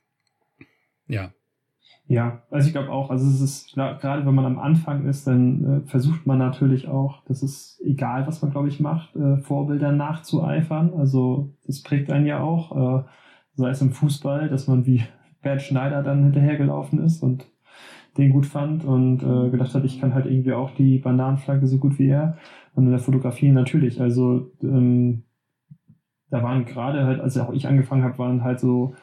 ja. Ja, also ich glaube auch, also es ist, gerade wenn man am Anfang ist, dann äh, versucht man natürlich auch, das ist egal, was man, glaube ich, macht, äh, Vorbildern nachzueifern. Also das prägt einen ja auch, äh, sei es im Fußball, dass man wie Bernd Schneider dann hinterhergelaufen ist und den gut fand und äh, gedacht hat, ich kann halt irgendwie auch die Bananenflagge so gut wie er. Und in der Fotografie natürlich, also ähm, da waren gerade halt, als auch ich angefangen habe, waren halt so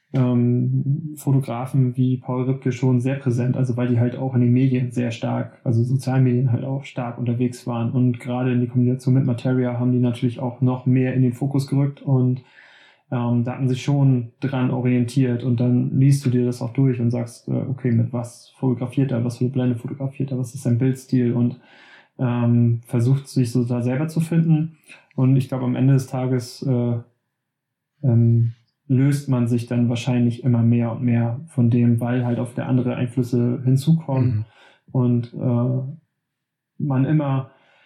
ähm, Fotografen wie Paul Ripke schon sehr präsent, also weil die halt auch in den Medien sehr stark, also sozialen Medien halt auch stark unterwegs waren und gerade in die Kombination mit Materia haben die natürlich auch noch mehr in den Fokus gerückt und ähm, da hatten sich schon dran orientiert und dann liest du dir das auch durch und sagst, äh, okay, mit was fotografiert er, was für eine Blende fotografiert er, was ist sein Bildstil und ähm, versucht sich so da selber zu finden und ich glaube am Ende des Tages äh, ähm, löst man sich dann wahrscheinlich immer mehr und mehr von dem, weil halt auf der andere Einflüsse hinzukommen mhm. und äh, man immer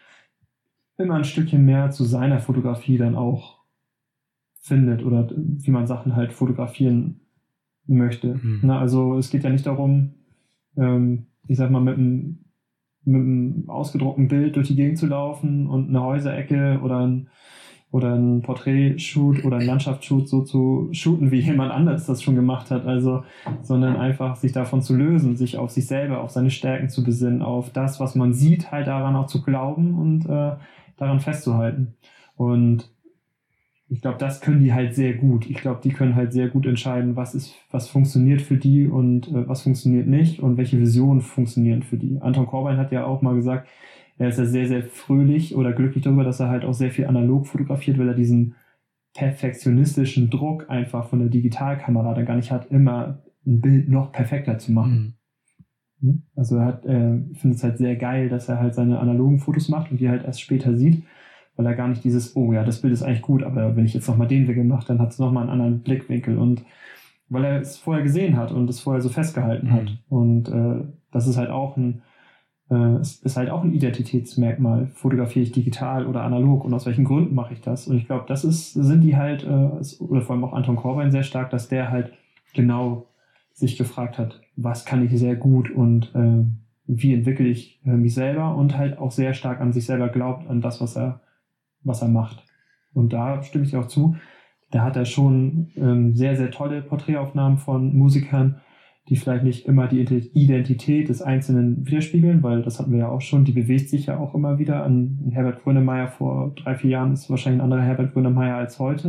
immer ein Stückchen mehr zu seiner Fotografie dann auch findet oder wie man Sachen halt fotografieren möchte. Mhm. Na, also es geht ja nicht darum, ähm, ich sag mal, mit einem, mit einem ausgedruckten Bild durch die Gegend zu laufen und eine Häuserecke oder ein oder ein Porträtshoot oder ein Landschaftsshoot so zu shooten, wie jemand anderes das schon gemacht hat, also, sondern einfach sich davon zu lösen, sich auf sich selber, auf seine Stärken zu besinnen, auf das, was man sieht, halt daran auch zu glauben und äh, daran festzuhalten. Und ich glaube, das können die halt sehr gut. Ich glaube, die können halt sehr gut entscheiden, was ist, was funktioniert für die und äh, was funktioniert nicht und welche Visionen funktionieren für die. Anton Corbijn hat ja auch mal gesagt, er ist ja sehr, sehr fröhlich oder glücklich darüber, dass er halt auch sehr viel analog fotografiert, weil er diesen perfektionistischen Druck einfach von der Digitalkamera dann gar nicht hat, immer ein Bild noch perfekter zu machen. Mhm. Also er hat, äh, findet es halt sehr geil, dass er halt seine analogen Fotos macht und die halt erst später sieht, weil er gar nicht dieses, oh ja, das Bild ist eigentlich gut, aber wenn ich jetzt nochmal den Winkel mache, dann hat es nochmal einen anderen Blickwinkel und weil er es vorher gesehen hat und es vorher so festgehalten mhm. hat. Und äh, das ist halt auch ein Äh, es ist halt auch ein Identitätsmerkmal. Fotografiere ich digital oder analog und aus welchen Gründen mache ich das? Und ich glaube, das ist, sind die halt, äh, oder vor allem auch Anton Corbijn sehr stark, dass der halt genau sich gefragt hat, was kann ich sehr gut und äh, wie entwickle ich äh, mich selber und halt auch sehr stark an sich selber glaubt, an das, was er, was er macht. Und da stimme ich dir auch zu, da hat er schon ähm, sehr, sehr tolle Porträtaufnahmen von Musikern, die vielleicht nicht immer die Identität des Einzelnen widerspiegeln, weil das hatten wir ja auch schon, die bewegt sich ja auch immer wieder. An Herbert Grönemeyer vor drei, vier Jahren ist wahrscheinlich ein anderer Herbert Grönemeyer als heute.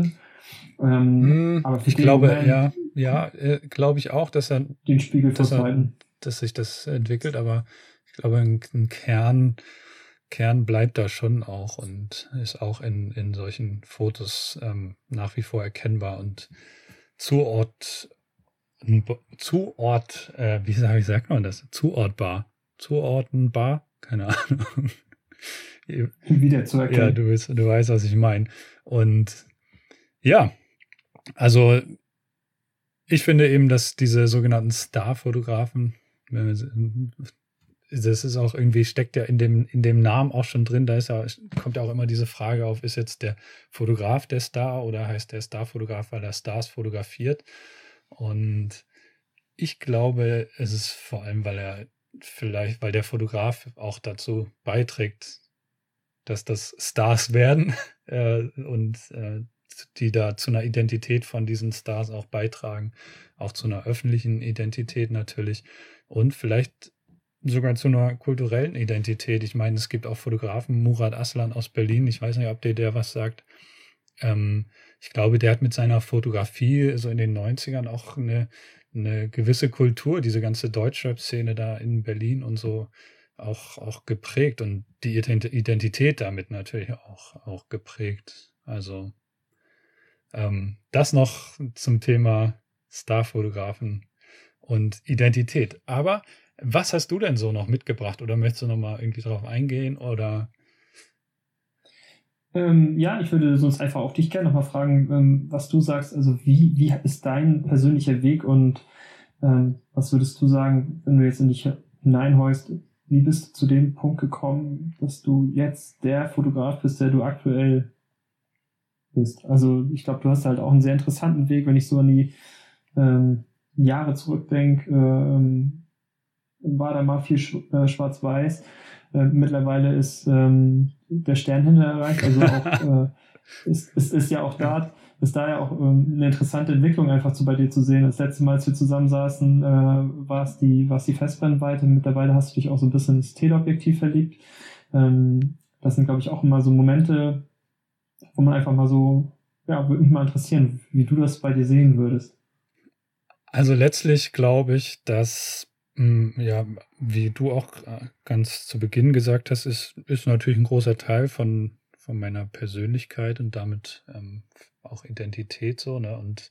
Ähm, mm, aber ich glaube, Moment, ja, ja, äh, glaube ich auch, dass er den Spiegel dass, er, dass sich das entwickelt, aber ich glaube, ein, ein Kern, Kern bleibt da schon auch und ist auch in, in solchen Fotos ähm, nach wie vor erkennbar und zuort Zuort, äh, wie, sag, wie sagt man das? Zuortbar. Zuortenbar? Keine Ahnung. Wieder zu erkennen. Ja, du, weißt, du weißt, was ich meine. Und ja, also ich finde eben, dass diese sogenannten Star-Fotografen, das ist auch irgendwie, steckt ja in dem, in dem Namen auch schon drin, da ist ja, kommt ja auch immer diese Frage auf, ist jetzt der Fotograf der Star oder heißt der Star-Fotograf, weil er Stars fotografiert? Und ich glaube, es ist vor allem, weil er vielleicht, weil der Fotograf auch dazu beiträgt, dass das Stars werden äh, und äh, die da zu einer Identität von diesen Stars auch beitragen, auch zu einer öffentlichen Identität natürlich und vielleicht sogar zu einer kulturellen Identität. Ich meine, es gibt auch Fotografen, Murat Aslan aus Berlin, ich weiß nicht, ob dir der was sagt, ähm, ich glaube, der hat mit seiner Fotografie so in den neunzigern auch eine, eine gewisse Kultur, diese ganze Deutschrap-Szene da in Berlin und so auch, auch geprägt und die Ident- Identität damit natürlich auch, auch geprägt. Also ähm, das noch zum Thema Starfotografen und Identität. Aber was hast du denn so noch mitgebracht oder möchtest du noch mal irgendwie drauf eingehen oder? Ähm, ja, ich würde sonst einfach auch dich gerne nochmal fragen, ähm, was du sagst. Also wie, wie ist dein persönlicher Weg und ähm, was würdest du sagen, wenn du jetzt in dich hineinhorchst, wie bist du zu dem Punkt gekommen, dass du jetzt der Fotograf bist, der du aktuell bist? Also ich glaube, du hast halt auch einen sehr interessanten Weg, wenn ich so an die ähm, Jahre zurückdenke, ähm, war da mal viel sch- äh, schwarz-weiß. Äh, mittlerweile ist ähm, der Sternhimmel erreicht, also auch äh, ist, ist, ist ja auch da, ist da ja auch ähm, eine interessante Entwicklung einfach zu bei dir zu sehen. Das letzte Mal, als wir zusammensaßen, äh, war es die, war es die Festbrennweite. Mittlerweile hast du dich auch so ein bisschen ins Teleobjektiv verliebt. Ähm, das sind, glaube ich, auch immer so Momente, wo man einfach mal so, ja, würde mich mal interessieren, wie du das bei dir sehen würdest. Also letztlich glaube ich, dass, mh, ja, wie du auch äh, ganz zu Beginn gesagt hast, ist, ist natürlich ein großer Teil von, von meiner Persönlichkeit und damit ähm, auch Identität so, ne? Und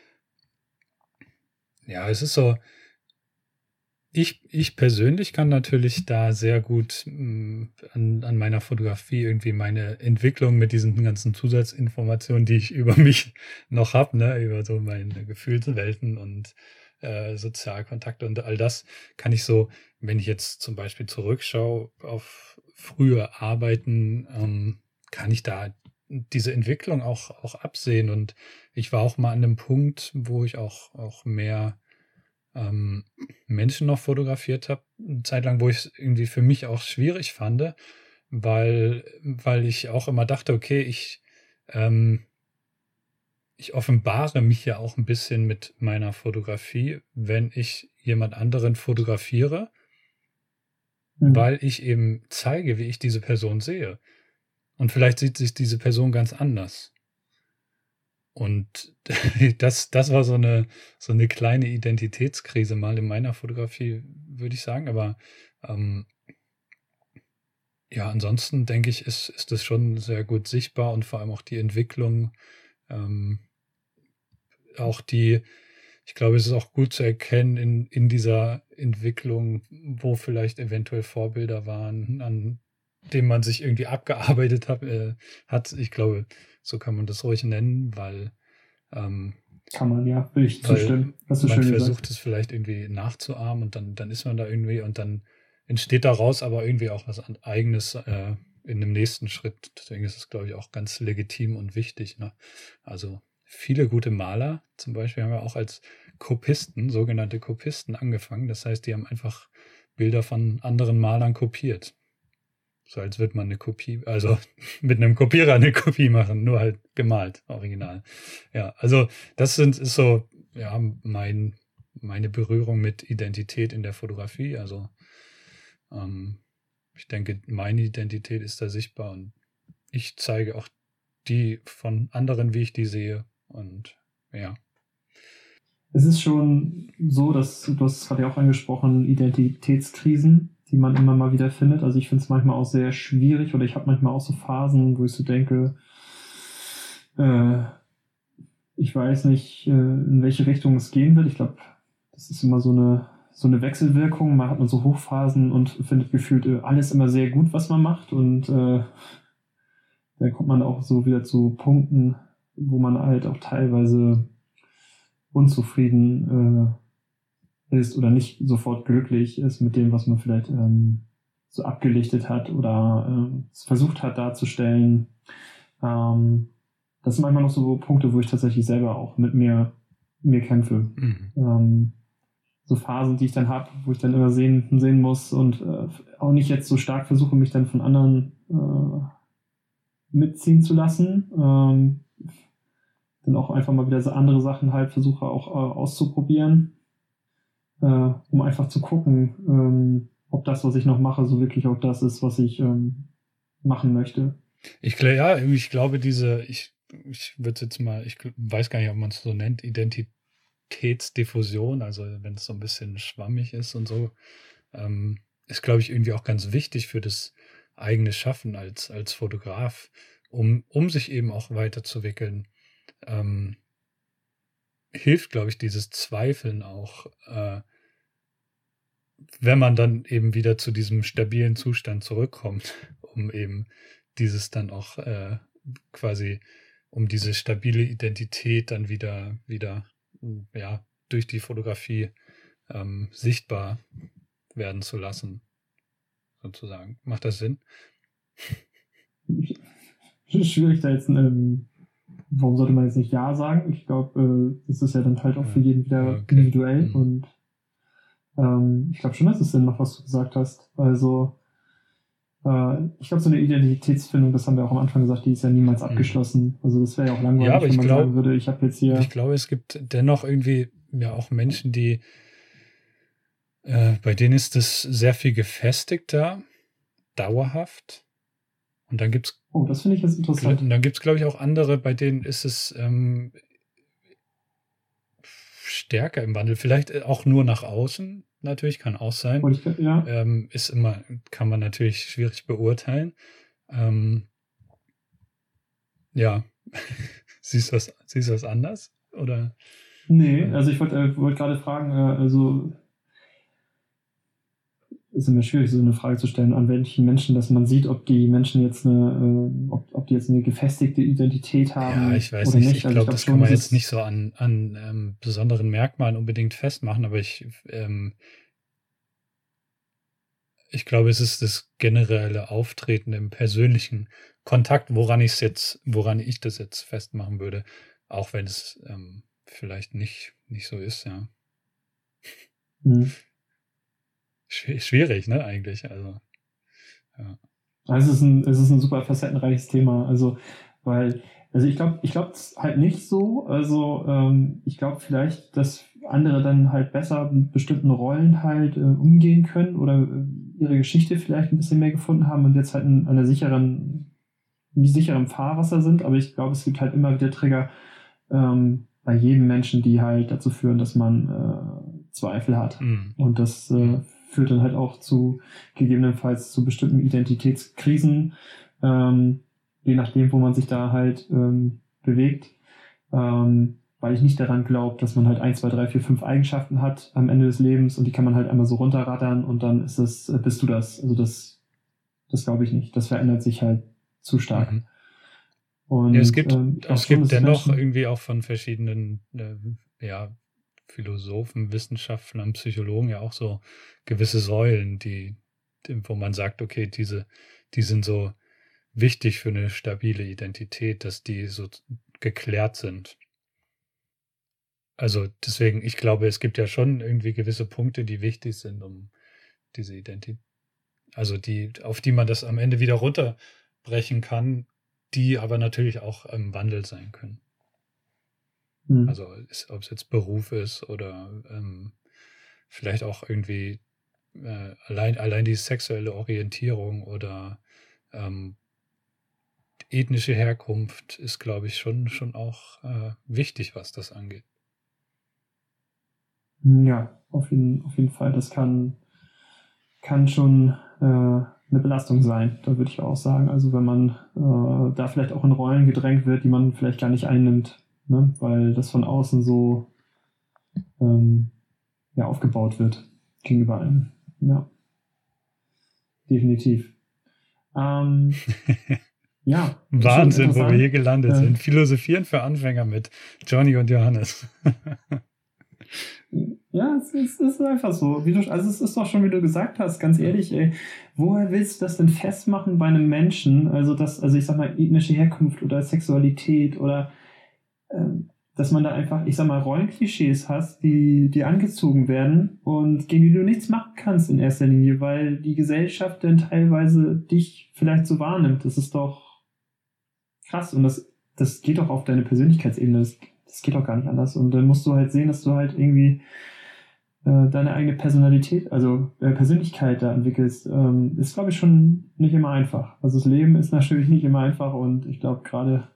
ja, es ist so, ich, ich persönlich kann natürlich da sehr gut mh, an, an meiner Fotografie irgendwie meine Entwicklung mit diesen ganzen Zusatzinformationen, die ich über mich noch habe, ne, über so meine Gefühlswelten und äh, Sozialkontakte und all das, kann ich so, wenn ich jetzt zum Beispiel zurückschaue auf frühe Arbeiten, ähm, kann ich da diese Entwicklung auch, auch absehen. Und ich war auch mal an einem Punkt, wo ich auch, auch mehr ähm, Menschen noch fotografiert habe, eine Zeit lang, wo ich es irgendwie für mich auch schwierig fand, weil, weil ich auch immer dachte, okay, ich, ähm, ich offenbare mich ja auch ein bisschen mit meiner Fotografie, wenn ich jemand anderen fotografiere, Mhm. weil ich eben zeige, wie ich diese Person sehe. Und vielleicht sieht sich diese Person ganz anders. Und das, das war so eine, so eine kleine Identitätskrise mal in meiner Fotografie, würde ich sagen. Aber ähm, ja, ansonsten denke ich, ist, ist das schon sehr gut sichtbar und vor allem auch die Entwicklung, ähm, auch die, ich glaube, es ist auch gut zu erkennen in, in dieser Entwicklung, wo vielleicht eventuell Vorbilder waren, an denen man sich irgendwie abgearbeitet hat. Äh, hat. Ich glaube, so kann man das ruhig nennen, weil ähm, Kann man, ja, will ich weil zustimmen. Hast du man schön versucht gesagt. es vielleicht irgendwie nachzuahmen und dann, dann ist man da irgendwie und dann entsteht daraus aber irgendwie auch was an- Eigenes äh, in dem nächsten Schritt. Deswegen ist es, glaube ich, auch ganz legitim und wichtig. Ne? Also viele gute Maler zum Beispiel haben ja auch als Kopisten, sogenannte Kopisten, angefangen. Das heißt, die haben einfach Bilder von anderen Malern kopiert. So als würde man eine Kopie, also mit einem Kopierer eine Kopie machen, nur halt gemalt, original. Ja, also das sind, ist so, ja, mein, meine Berührung mit Identität in der Fotografie. Also ähm, ich denke, meine Identität ist da sichtbar und ich zeige auch die von anderen, wie ich die sehe. Und ja. Es ist schon so, dass, du hast es gerade ja auch angesprochen, Identitätskrisen, die man immer mal wieder findet. Also ich finde es manchmal auch sehr schwierig oder ich habe manchmal auch so Phasen, wo ich so denke, äh, ich weiß nicht, äh, in welche Richtung es gehen wird. Ich glaube, das ist immer so eine, so eine Wechselwirkung. Man hat man so Hochphasen und findet gefühlt äh, alles immer sehr gut, was man macht. Und äh, dann kommt man auch so wieder zu Punkten, wo man halt auch teilweise unzufrieden äh, ist oder nicht sofort glücklich ist mit dem, was man vielleicht ähm, so abgelichtet hat oder äh, versucht hat darzustellen. Ähm, das sind manchmal noch so Punkte, wo ich tatsächlich selber auch mit mir, mir kämpfe. Mhm. Ähm, so Phasen, die ich dann habe, wo ich dann immer sehen, sehen muss und äh, auch nicht jetzt so stark versuche, mich dann von anderen äh, mitziehen zu lassen. Ähm, dann auch einfach mal wieder so andere Sachen halt versuche auch äh, auszuprobieren, äh, um einfach zu gucken, ähm, ob das, was ich noch mache, so wirklich auch das ist, was ich ähm, machen möchte. Ich, gl- ja, ich glaube, diese, ich ich würde jetzt mal, ich weiß gar nicht, ob man es so nennt, Identitätsdiffusion, also wenn es so ein bisschen schwammig ist und so, ähm, ist, glaube ich, irgendwie auch ganz wichtig für das eigene Schaffen als, als Fotograf, um, um sich eben auch weiterzuentwickeln. Ähm, hilft, glaube ich, dieses Zweifeln auch, äh, wenn man dann eben wieder zu diesem stabilen Zustand zurückkommt, um eben dieses dann auch äh, quasi, um diese stabile Identität dann wieder, wieder ja, durch die Fotografie ähm, sichtbar werden zu lassen, sozusagen. Macht das Sinn? Schwierig da jetzt, ähm, warum sollte man jetzt nicht Ja sagen? Ich glaube, äh, das ist ja dann halt auch für jeden wieder okay. individuell mhm. und ähm, ich glaube schon, dass es Sinn macht, was du gesagt hast. Also äh, ich glaube, so eine Identitätsfindung, das haben wir auch am Anfang gesagt, die ist ja niemals mhm. abgeschlossen. Also das wäre ja auch langweilig, ja, wenn man glaub, sagen würde, ich habe jetzt hier... Ich glaube, es gibt dennoch irgendwie ja auch Menschen, die äh, bei denen ist das sehr viel gefestigter, dauerhaft. Und dann gibt's Oh, das finde ich jetzt interessant. Und dann gibt es, glaube ich, auch andere, bei denen ist es ähm, stärker im Wandel. Vielleicht auch nur nach außen, natürlich, kann auch sein. Ich, ja. ähm, ist immer, kann man natürlich schwierig beurteilen. Ähm, ja, siehst du das, siehst du das anders? Oder? Nee, also ich wollte äh, wollt gerade fragen, äh, also ist immer schwierig, so eine Frage zu stellen, an welchen Menschen, dass man sieht, ob die Menschen jetzt eine, äh, ob, ob die jetzt eine gefestigte Identität haben. Ja, ich weiß oder nicht. nicht. Ich glaube, also glaub, das kann man jetzt nicht so an, an ähm, besonderen Merkmalen unbedingt festmachen, aber ich, ähm, ich glaube, es ist das generelle Auftreten im persönlichen Kontakt, woran ich es jetzt, woran ich das jetzt festmachen würde, auch wenn es ähm, vielleicht nicht, nicht so ist, ja. Mhm. Schwierig, ne, eigentlich, also, ja. Also es ist ein, es ist ein super facettenreiches Thema, also, weil, also ich glaube, ich glaube es halt nicht so, also, ähm, ich glaube vielleicht, dass andere dann halt besser mit bestimmten Rollen halt äh, umgehen können oder äh, ihre Geschichte vielleicht ein bisschen mehr gefunden haben und jetzt halt in einer sicheren, in sicherem Fahrwasser sind, aber ich glaube, es gibt halt immer wieder Trigger ähm, bei jedem Menschen, die halt dazu führen, dass man äh, Zweifel hat. Mhm. Und das äh, führt dann halt auch zu gegebenenfalls zu bestimmten Identitätskrisen, ähm, je nachdem, wo man sich da halt ähm, bewegt, ähm, weil ich nicht daran glaube, dass man halt eins, zwei, drei, vier, fünf Eigenschaften hat am Ende des Lebens und die kann man halt einmal so runterrattern und dann ist es, äh, bist du das. Also das, das glaube ich nicht. Das verändert sich halt zu stark. Mhm. Und, ja, es gibt, ähm, es gibt dennoch Menschen irgendwie auch von verschiedenen äh, ja, Philosophen, Wissenschaftlern, Psychologen ja auch so gewisse Säulen, die, wo man sagt, okay, diese, die sind so wichtig für eine stabile Identität, dass die so geklärt sind. Also deswegen, ich glaube, es gibt ja schon irgendwie gewisse Punkte, die wichtig sind, um diese Identität, also die, auf die man das am Ende wieder runterbrechen kann, die aber natürlich auch im Wandel sein können. Mhm. Also ist, ob es jetzt Beruf ist oder ähm, vielleicht auch irgendwie äh, allein, allein die sexuelle Orientierung oder ähm, ethnische Herkunft ist, glaube ich, schon, schon auch äh, wichtig, was das angeht. Ja, auf jeden, auf jeden Fall. Das kann, kann schon äh, eine Belastung sein, da würde ich auch sagen. Also wenn man äh, da vielleicht auch in Rollen gedrängt wird, die man vielleicht gar nicht einnimmt, ne? Weil das von außen so ähm, ja, aufgebaut wird gegenüber einem. Ja, definitiv. Ähm, ja. Wahnsinn, wo wir hier gelandet äh, sind. Philosophieren für Anfänger mit Johnny und Johannes. Ja, es ist, es ist einfach so. Wie du, also es ist doch schon, wie du gesagt hast, ganz ehrlich, ey, woher willst du das denn festmachen bei einem Menschen? Also das, also ich sag mal, ethnische Herkunft oder Sexualität oder ähm, dass man da einfach, ich sag mal, Rollenklischees hast, die, die angezogen werden und gegen die du nichts machen kannst in erster Linie, weil die Gesellschaft dann teilweise dich vielleicht so wahrnimmt. Das ist doch krass und das, das geht doch auf deine Persönlichkeitsebene. Das, das geht doch gar nicht anders. Und dann musst du halt sehen, dass du halt irgendwie äh, deine eigene Personalität, also äh, Persönlichkeit da entwickelst. Ähm, ist, glaube ich, schon nicht immer einfach. Also das Leben ist natürlich nicht immer einfach und ich glaube, gerade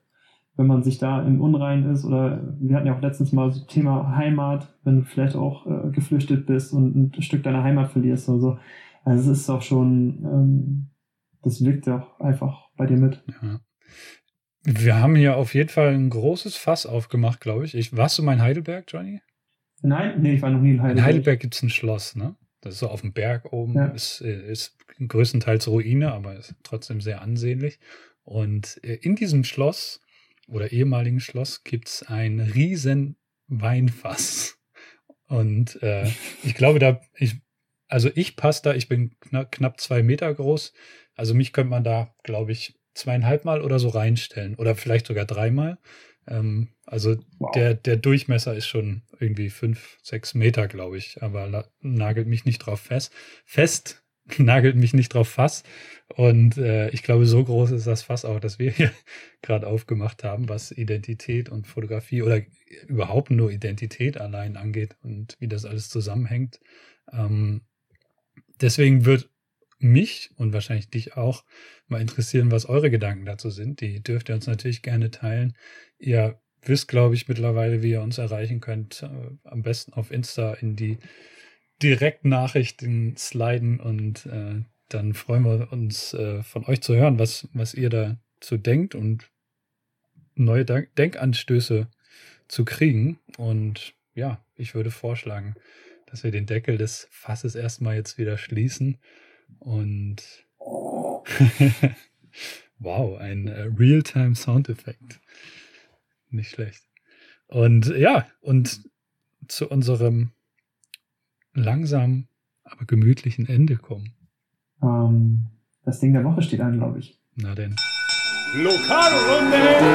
wenn man sich da im Unrein ist, oder wir hatten ja auch letztens mal so Thema Heimat, wenn du vielleicht auch äh, geflüchtet bist und ein Stück deiner Heimat verlierst oder so. Also es ist doch schon, ähm, das wirkt ja auch einfach bei dir mit. Ja. Wir haben hier auf jeden Fall ein großes Fass aufgemacht, glaube ich. ich. Warst du mal in Heidelberg, Johnny? Nein, nee, ich war noch nie in Heidelberg. In Heidelberg gibt es ein Schloss, ne? Das ist so auf dem Berg oben, ja. ist, ist größtenteils Ruine, aber ist trotzdem sehr ansehnlich. Und in diesem Schloss oder ehemaligen Schloss gibt es ein riesen Weinfass. Und äh, ich glaube, da, ich, also ich passe da, ich bin knapp, knapp zwei Meter groß. Also mich könnte man da, glaube ich, zweieinhalb Mal oder so reinstellen. Oder vielleicht sogar dreimal. Ähm, also wow. der, der Durchmesser ist schon irgendwie fünf, sechs Meter, glaube ich. Aber la- nagelt mich nicht drauf fest. Fest nagelt mich nicht drauf fast. Und äh, ich glaube, so groß ist das Fass auch, das wir hier gerade aufgemacht haben, was Identität und Fotografie oder überhaupt nur Identität allein angeht und wie das alles zusammenhängt. Ähm, deswegen wird mich und wahrscheinlich dich auch mal interessieren, was eure Gedanken dazu sind. Die dürft ihr uns natürlich gerne teilen. Ihr wisst, glaube ich, mittlerweile, wie ihr uns erreichen könnt. Äh, am besten auf Insta in die Direktnachrichten sliden und äh, dann freuen wir uns, äh, von euch zu hören, was, was ihr dazu denkt und neue Denk- Denkanstöße zu kriegen. Und ja, ich würde vorschlagen, dass wir den Deckel des Fasses erstmal jetzt wieder schließen. Und wow, ein äh, Realtime-Soundeffekt. Nicht schlecht. Und ja, und zu unserem langsam, aber gemütlichen Ende kommen. Ähm, das Ding der Woche steht an, glaube ich. Na denn. Lokalrunde!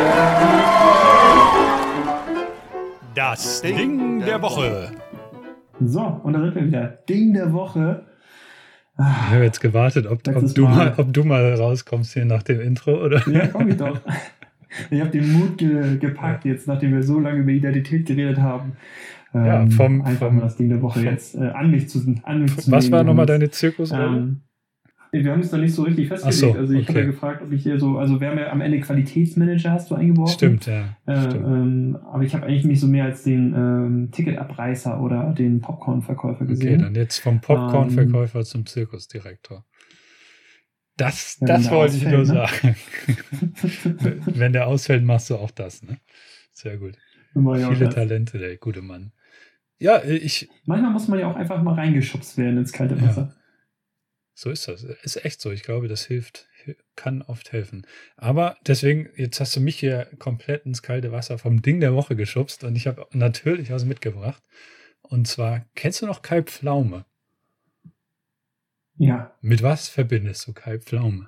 Das Ding der Woche. So, und da sind wir wieder. Ding der Woche. Ich habe jetzt gewartet, ob, ob, du mal, ob du mal rauskommst hier nach dem Intro, oder? Ja, komm ich doch. Ich habe den Mut ge- gepackt jetzt, nachdem wir so lange über Identität geredet haben. Ähm, ja, vom, einfach vom, mal das Ding der Woche vom, jetzt äh, an mich zu, an mich zu Was nehmen. war nochmal deine Zirkusrolle? Ähm, wir haben es da nicht so richtig festgelegt. So, also ich okay. habe ja gefragt, ob ich hier so, also wir haben ja am Ende Qualitätsmanager hast du eingeworfen. Stimmt, ja. Äh, stimmt. Ähm, aber ich habe eigentlich mich so mehr als den ähm, Ticketabreißer oder den Popcornverkäufer gesehen. Okay, dann jetzt vom Popcornverkäufer ähm, zum Zirkusdirektor. Das, ja, das wollte ich nur ne? sagen. Wenn der ausfällt, machst du auch das, ne? Sehr gut. Viele Talente, der gute Mann. Ja, ich... Manchmal muss man ja auch einfach mal reingeschubst werden ins kalte Wasser. Ja. So ist das. Ist echt so. Ich glaube, das hilft, kann oft helfen. Aber deswegen, jetzt hast du mich hier komplett ins kalte Wasser vom Ding der Woche geschubst und ich habe natürlich was mitgebracht. Und zwar, kennst du noch Kai Pflaume? Ja. Mit was verbindest du Kai Pflaume?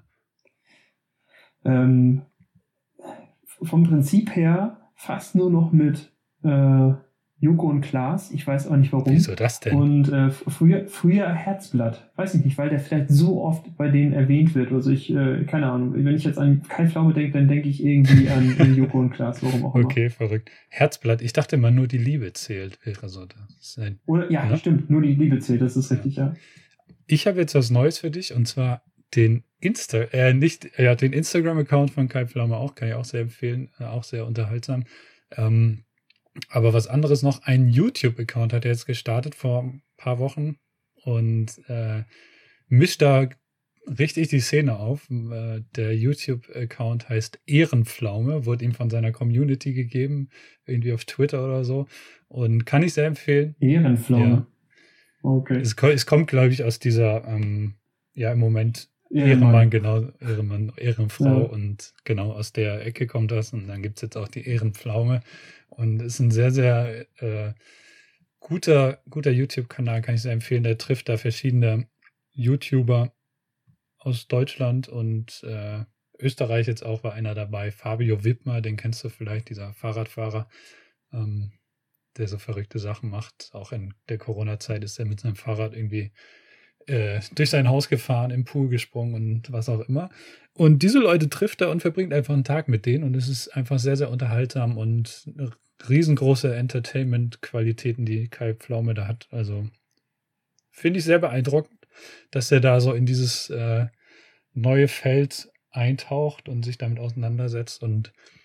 Ähm, vom Prinzip her fast nur noch mit äh, Joko und Klaas. Ich weiß auch nicht warum. Wieso das denn? Und äh, früher, früher Herzblatt. Weiß ich nicht, weil der vielleicht so oft bei denen erwähnt wird. Also ich, äh, keine Ahnung. Wenn ich jetzt an Kai Pflaume denke, dann denke ich irgendwie an äh, Joko und Klaas. Warum auch immer. Okay, verrückt. Herzblatt. Ich dachte immer, nur die Liebe zählt. Wäre so das ein, Oder, ja, ne? Stimmt. Nur die Liebe zählt. Das ist richtig, ja. ja. Ich habe jetzt was Neues für dich und zwar den Insta, äh, nicht, ja, den Instagram-Account von Kai Pflaume auch, kann ich auch sehr empfehlen, äh, auch sehr unterhaltsam. Ähm, aber was anderes noch, ein YouTube-Account hat er jetzt gestartet vor ein paar Wochen und äh, mischt da richtig die Szene auf. Äh, der YouTube-Account heißt Ehrenpflaume, wurde ihm von seiner Community gegeben, irgendwie auf Twitter oder so und kann ich sehr empfehlen. Ehrenpflaume. Ja. Okay. Es, es kommt, glaube ich, aus dieser, ähm, ja, im Moment Ehrenmann, genau, Ehrenmann, Ehrenfrau ja. Und genau aus der Ecke kommt das und dann gibt es jetzt auch die Ehrenpflaume und ist ein sehr, sehr äh, guter, guter YouTube-Kanal, kann ich sehr empfehlen. Der trifft da verschiedene YouTuber aus Deutschland und äh, Österreich jetzt auch war einer dabei, Fabio Wittmer, den kennst du vielleicht, dieser Fahrradfahrer, ähm, der so verrückte Sachen macht. Auch in der Corona-Zeit ist er mit seinem Fahrrad irgendwie äh, durch sein Haus gefahren, im Pool gesprungen und was auch immer. Und diese Leute trifft er und verbringt einfach einen Tag mit denen und es ist einfach sehr, sehr unterhaltsam und riesengroße Entertainment-Qualitäten, die Kai Pflaume da hat. Also finde ich sehr beeindruckend, dass er da so in dieses äh, neue Feld eintaucht und sich damit auseinandersetzt und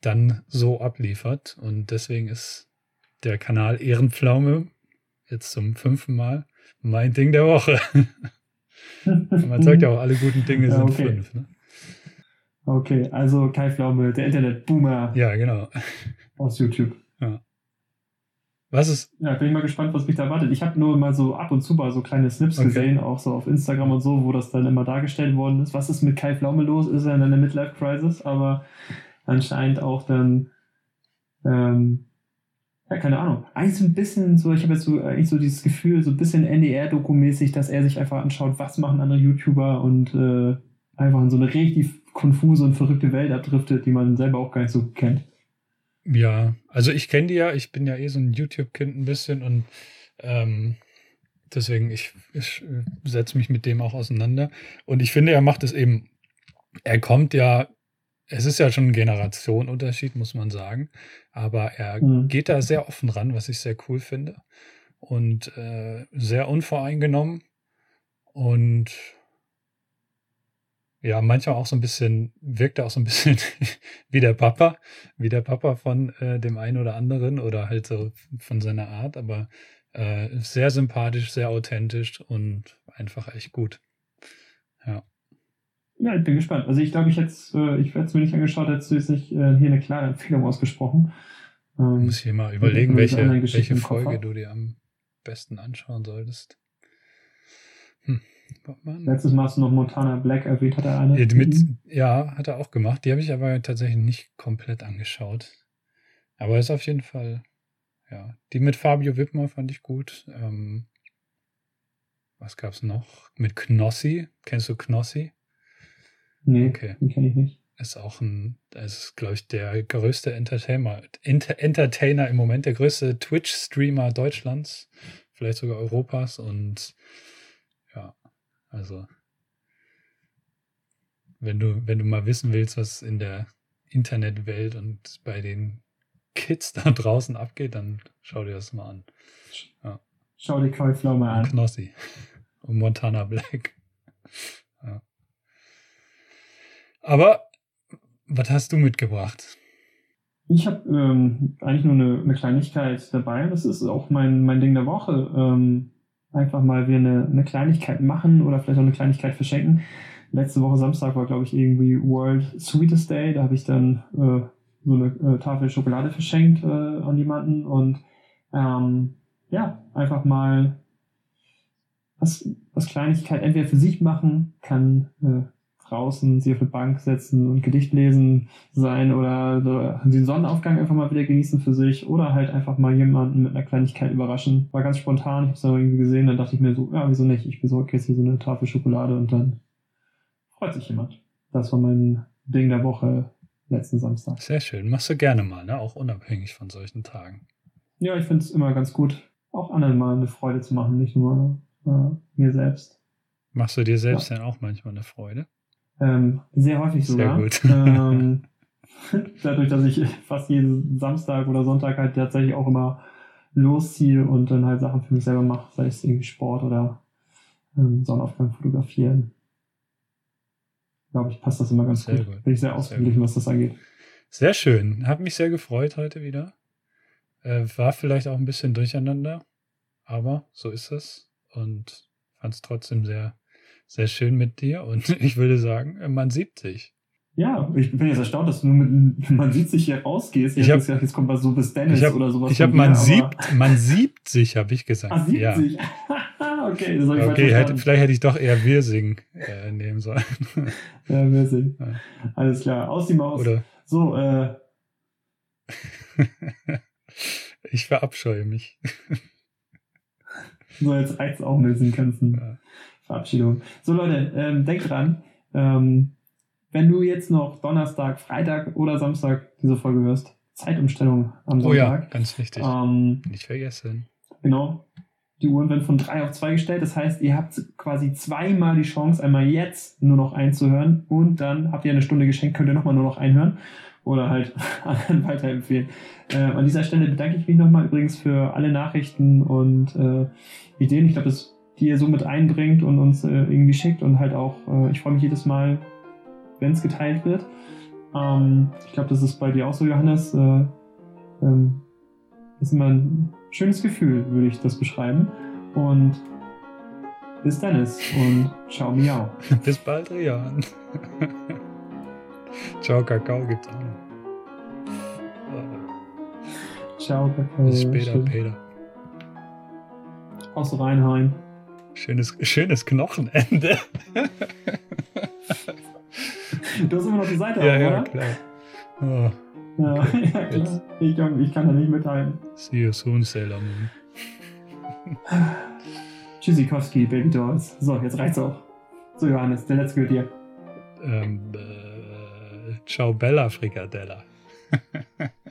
dann so abliefert. Und deswegen ist der Kanal Ehrenpflaume jetzt zum fünften Mal mein Ding der Woche. Man sagt ja auch, alle guten Dinge sind okay. fünf. Ne? Okay, also Kai Pflaume, der Internet-Boomer Ja, genau. aus YouTube. Ja. Was ist? Ja, bin ich mal gespannt, was mich da erwartet. Ich habe nur mal so ab und zu mal so kleine Snips Okay. gesehen, auch so auf Instagram und so, wo das dann immer dargestellt worden ist. Was ist mit Kai Pflaume los? Ist er in einer Midlife-Crisis? Aber anscheinend auch dann, ähm, ja, keine Ahnung. Eigentlich so ein bisschen so, ich habe jetzt so eigentlich so dieses Gefühl, so ein bisschen N D R-Doku-mäßig, dass er sich einfach anschaut, was machen andere YouTuber und äh, einfach in so eine richtig konfuse und verrückte Welt abdriftet, die man selber auch gar nicht so kennt. Ja, also ich kenne die ja, ich bin ja eh so ein YouTube-Kind ein bisschen und ähm, deswegen, ich, ich setze mich mit dem auch auseinander. Und ich finde, er macht es eben, er kommt ja, es ist ja schon ein Generationenunterschied, muss man sagen, aber er Mhm. geht da sehr offen ran, was ich sehr cool finde und äh, sehr unvoreingenommen und ja, manchmal auch so ein bisschen, wirkt er auch so ein bisschen wie der Papa, wie der Papa von äh, dem einen oder anderen oder halt so von seiner Art, aber äh, sehr sympathisch, sehr authentisch und einfach echt gut. Ja. Ja, ich bin gespannt. Also ich glaube, ich jetzt, äh, ich werde es mir nicht angeschaut, hättest du jetzt nicht äh, hier eine klare Empfehlung ausgesprochen. Ähm, Muss ich mal überlegen, mit welche, anderen Geschichten welche im Kopf Folge hab. du dir am besten anschauen solltest. Hm. warte mal. Letztes Mal hast du noch Montana Black erwähnt, hat er eine. Ja, die mit, ja, hat er auch gemacht. Die habe ich aber tatsächlich nicht komplett angeschaut. Aber ist auf jeden Fall, ja. Die mit Fabio Wittmer fand ich gut. Ähm, was gab's noch? Mit Knossi. Kennst du Knossi? Nee, Okay. den kenne ich nicht. Ist auch ein, das ist, glaube ich, der größte Entertainer, Enter, Entertainer im Moment, der größte Twitch-Streamer Deutschlands, vielleicht sogar Europas. Und ja, also wenn du, wenn du mal wissen willst, was in der Internetwelt und bei den Kids da draußen abgeht, dann schau dir das mal an. Schau dir Kai Pflaume Und an. Knossi und Montana Black. Ja. Aber was hast du mitgebracht? Ich habe ähm, eigentlich nur eine, eine Kleinigkeit dabei. Das ist auch mein, mein Ding der Woche. Ähm, einfach mal wir eine, eine Kleinigkeit machen oder vielleicht auch eine Kleinigkeit verschenken. Letzte Woche Samstag war, glaube ich, irgendwie World Sweetest Day. Da habe ich dann äh, so eine äh, Tafel Schokolade verschenkt äh, an jemanden. Und ähm, ja, einfach mal was, was Kleinigkeit entweder für sich machen, kann äh, draußen sie auf eine Bank setzen und Gedicht lesen sein oder so den Sonnenaufgang einfach mal wieder genießen für sich oder halt einfach mal jemanden mit einer Kleinigkeit überraschen. War ganz spontan, ich habe es dann irgendwie gesehen, dann dachte ich mir so, ja, wieso nicht, ich besorge jetzt hier so eine Tafel Schokolade und dann freut sich jemand. Das war mein Ding der Woche letzten Samstag. Sehr schön. Machst du gerne mal, ne? Auch unabhängig von solchen Tagen. Ja, ich finde es immer ganz gut, auch anderen mal eine Freude zu machen, nicht nur äh, mir selbst. Machst du dir selbst ja. dann auch manchmal eine Freude? Ähm, sehr häufig sogar. Sehr gut. ähm, dadurch, dass ich fast jeden Samstag oder Sonntag halt tatsächlich auch immer losziehe und dann halt Sachen für mich selber mache, sei es irgendwie Sport oder ähm, Sonnenaufgang fotografieren. Glaube ich, passt das immer ganz Sehr gut. gut. Bin ich sehr ausgeglichen, was das angeht. Sehr schön. Hat mich sehr gefreut heute wieder. Äh, war vielleicht auch ein bisschen durcheinander, aber so ist es und fand es trotzdem sehr Sehr schön mit dir und ich würde sagen, man sieht sich. Ja, ich bin jetzt erstaunt, dass du nur mit man sieht sich hier rausgehst. Ich hab, jetzt, jetzt kommt mal so bis Dennis ich hab, oder sowas. Ich habe man, siebt, man siebt sich, habe ich gesagt. Ah, siebt ja. sich. Okay, das habe ich okay hätte, vielleicht hätte ich doch eher Wirsing äh, nehmen sollen. Ja, Wirsing. Ja. Alles klar, aus die Maus. Oder so, äh. ich verabscheue mich. So, jetzt reicht's auch mit diesen ganzen ja. Verabschiedungen. So, Leute, ähm, denkt dran, ähm, wenn du jetzt noch Donnerstag, Freitag oder Samstag diese Folge hörst, Zeitumstellung am Sonntag. Oh ja, ganz wichtig. Ähm, Nicht vergessen. Genau. Die Uhren werden von drei auf zwei gestellt. Das heißt, ihr habt quasi zweimal die Chance, einmal jetzt nur noch einzuhören und dann habt ihr eine Stunde geschenkt, könnt ihr nochmal nur noch einhören oder halt anderen weiterempfehlen. Äh, an dieser Stelle bedanke ich mich nochmal übrigens für alle Nachrichten und äh, Ideen. Ich glaube, das die ihr so mit einbringt und uns äh, irgendwie schickt und halt auch, äh, ich freue mich jedes Mal, wenn es geteilt wird. Ähm, ich glaube, das ist bei dir auch so, Johannes. Äh, ähm, ist immer ein schönes Gefühl, würde ich das beschreiben. Und bis Dennis und ciao Miau. Bis bald, Rian. Ciao, Kakao gibt's auch noch. Ciao, Kakao. Bis später, Schön. Peter. Haust rein, Hein. Schönes, schönes Knochenende. Du hast immer noch die Seite Ja, auf, ja, oder? klar. Oh, Ja, ja, klar. Ich, kann- ich kann da nicht mitteilen. see you soon, Sailor Moon. Tschüssikowski, Baby Dolls. So, jetzt reicht's auch. So, Johannes, der letzte gehört dir. Ähm, äh, ciao, Bella Frikadella.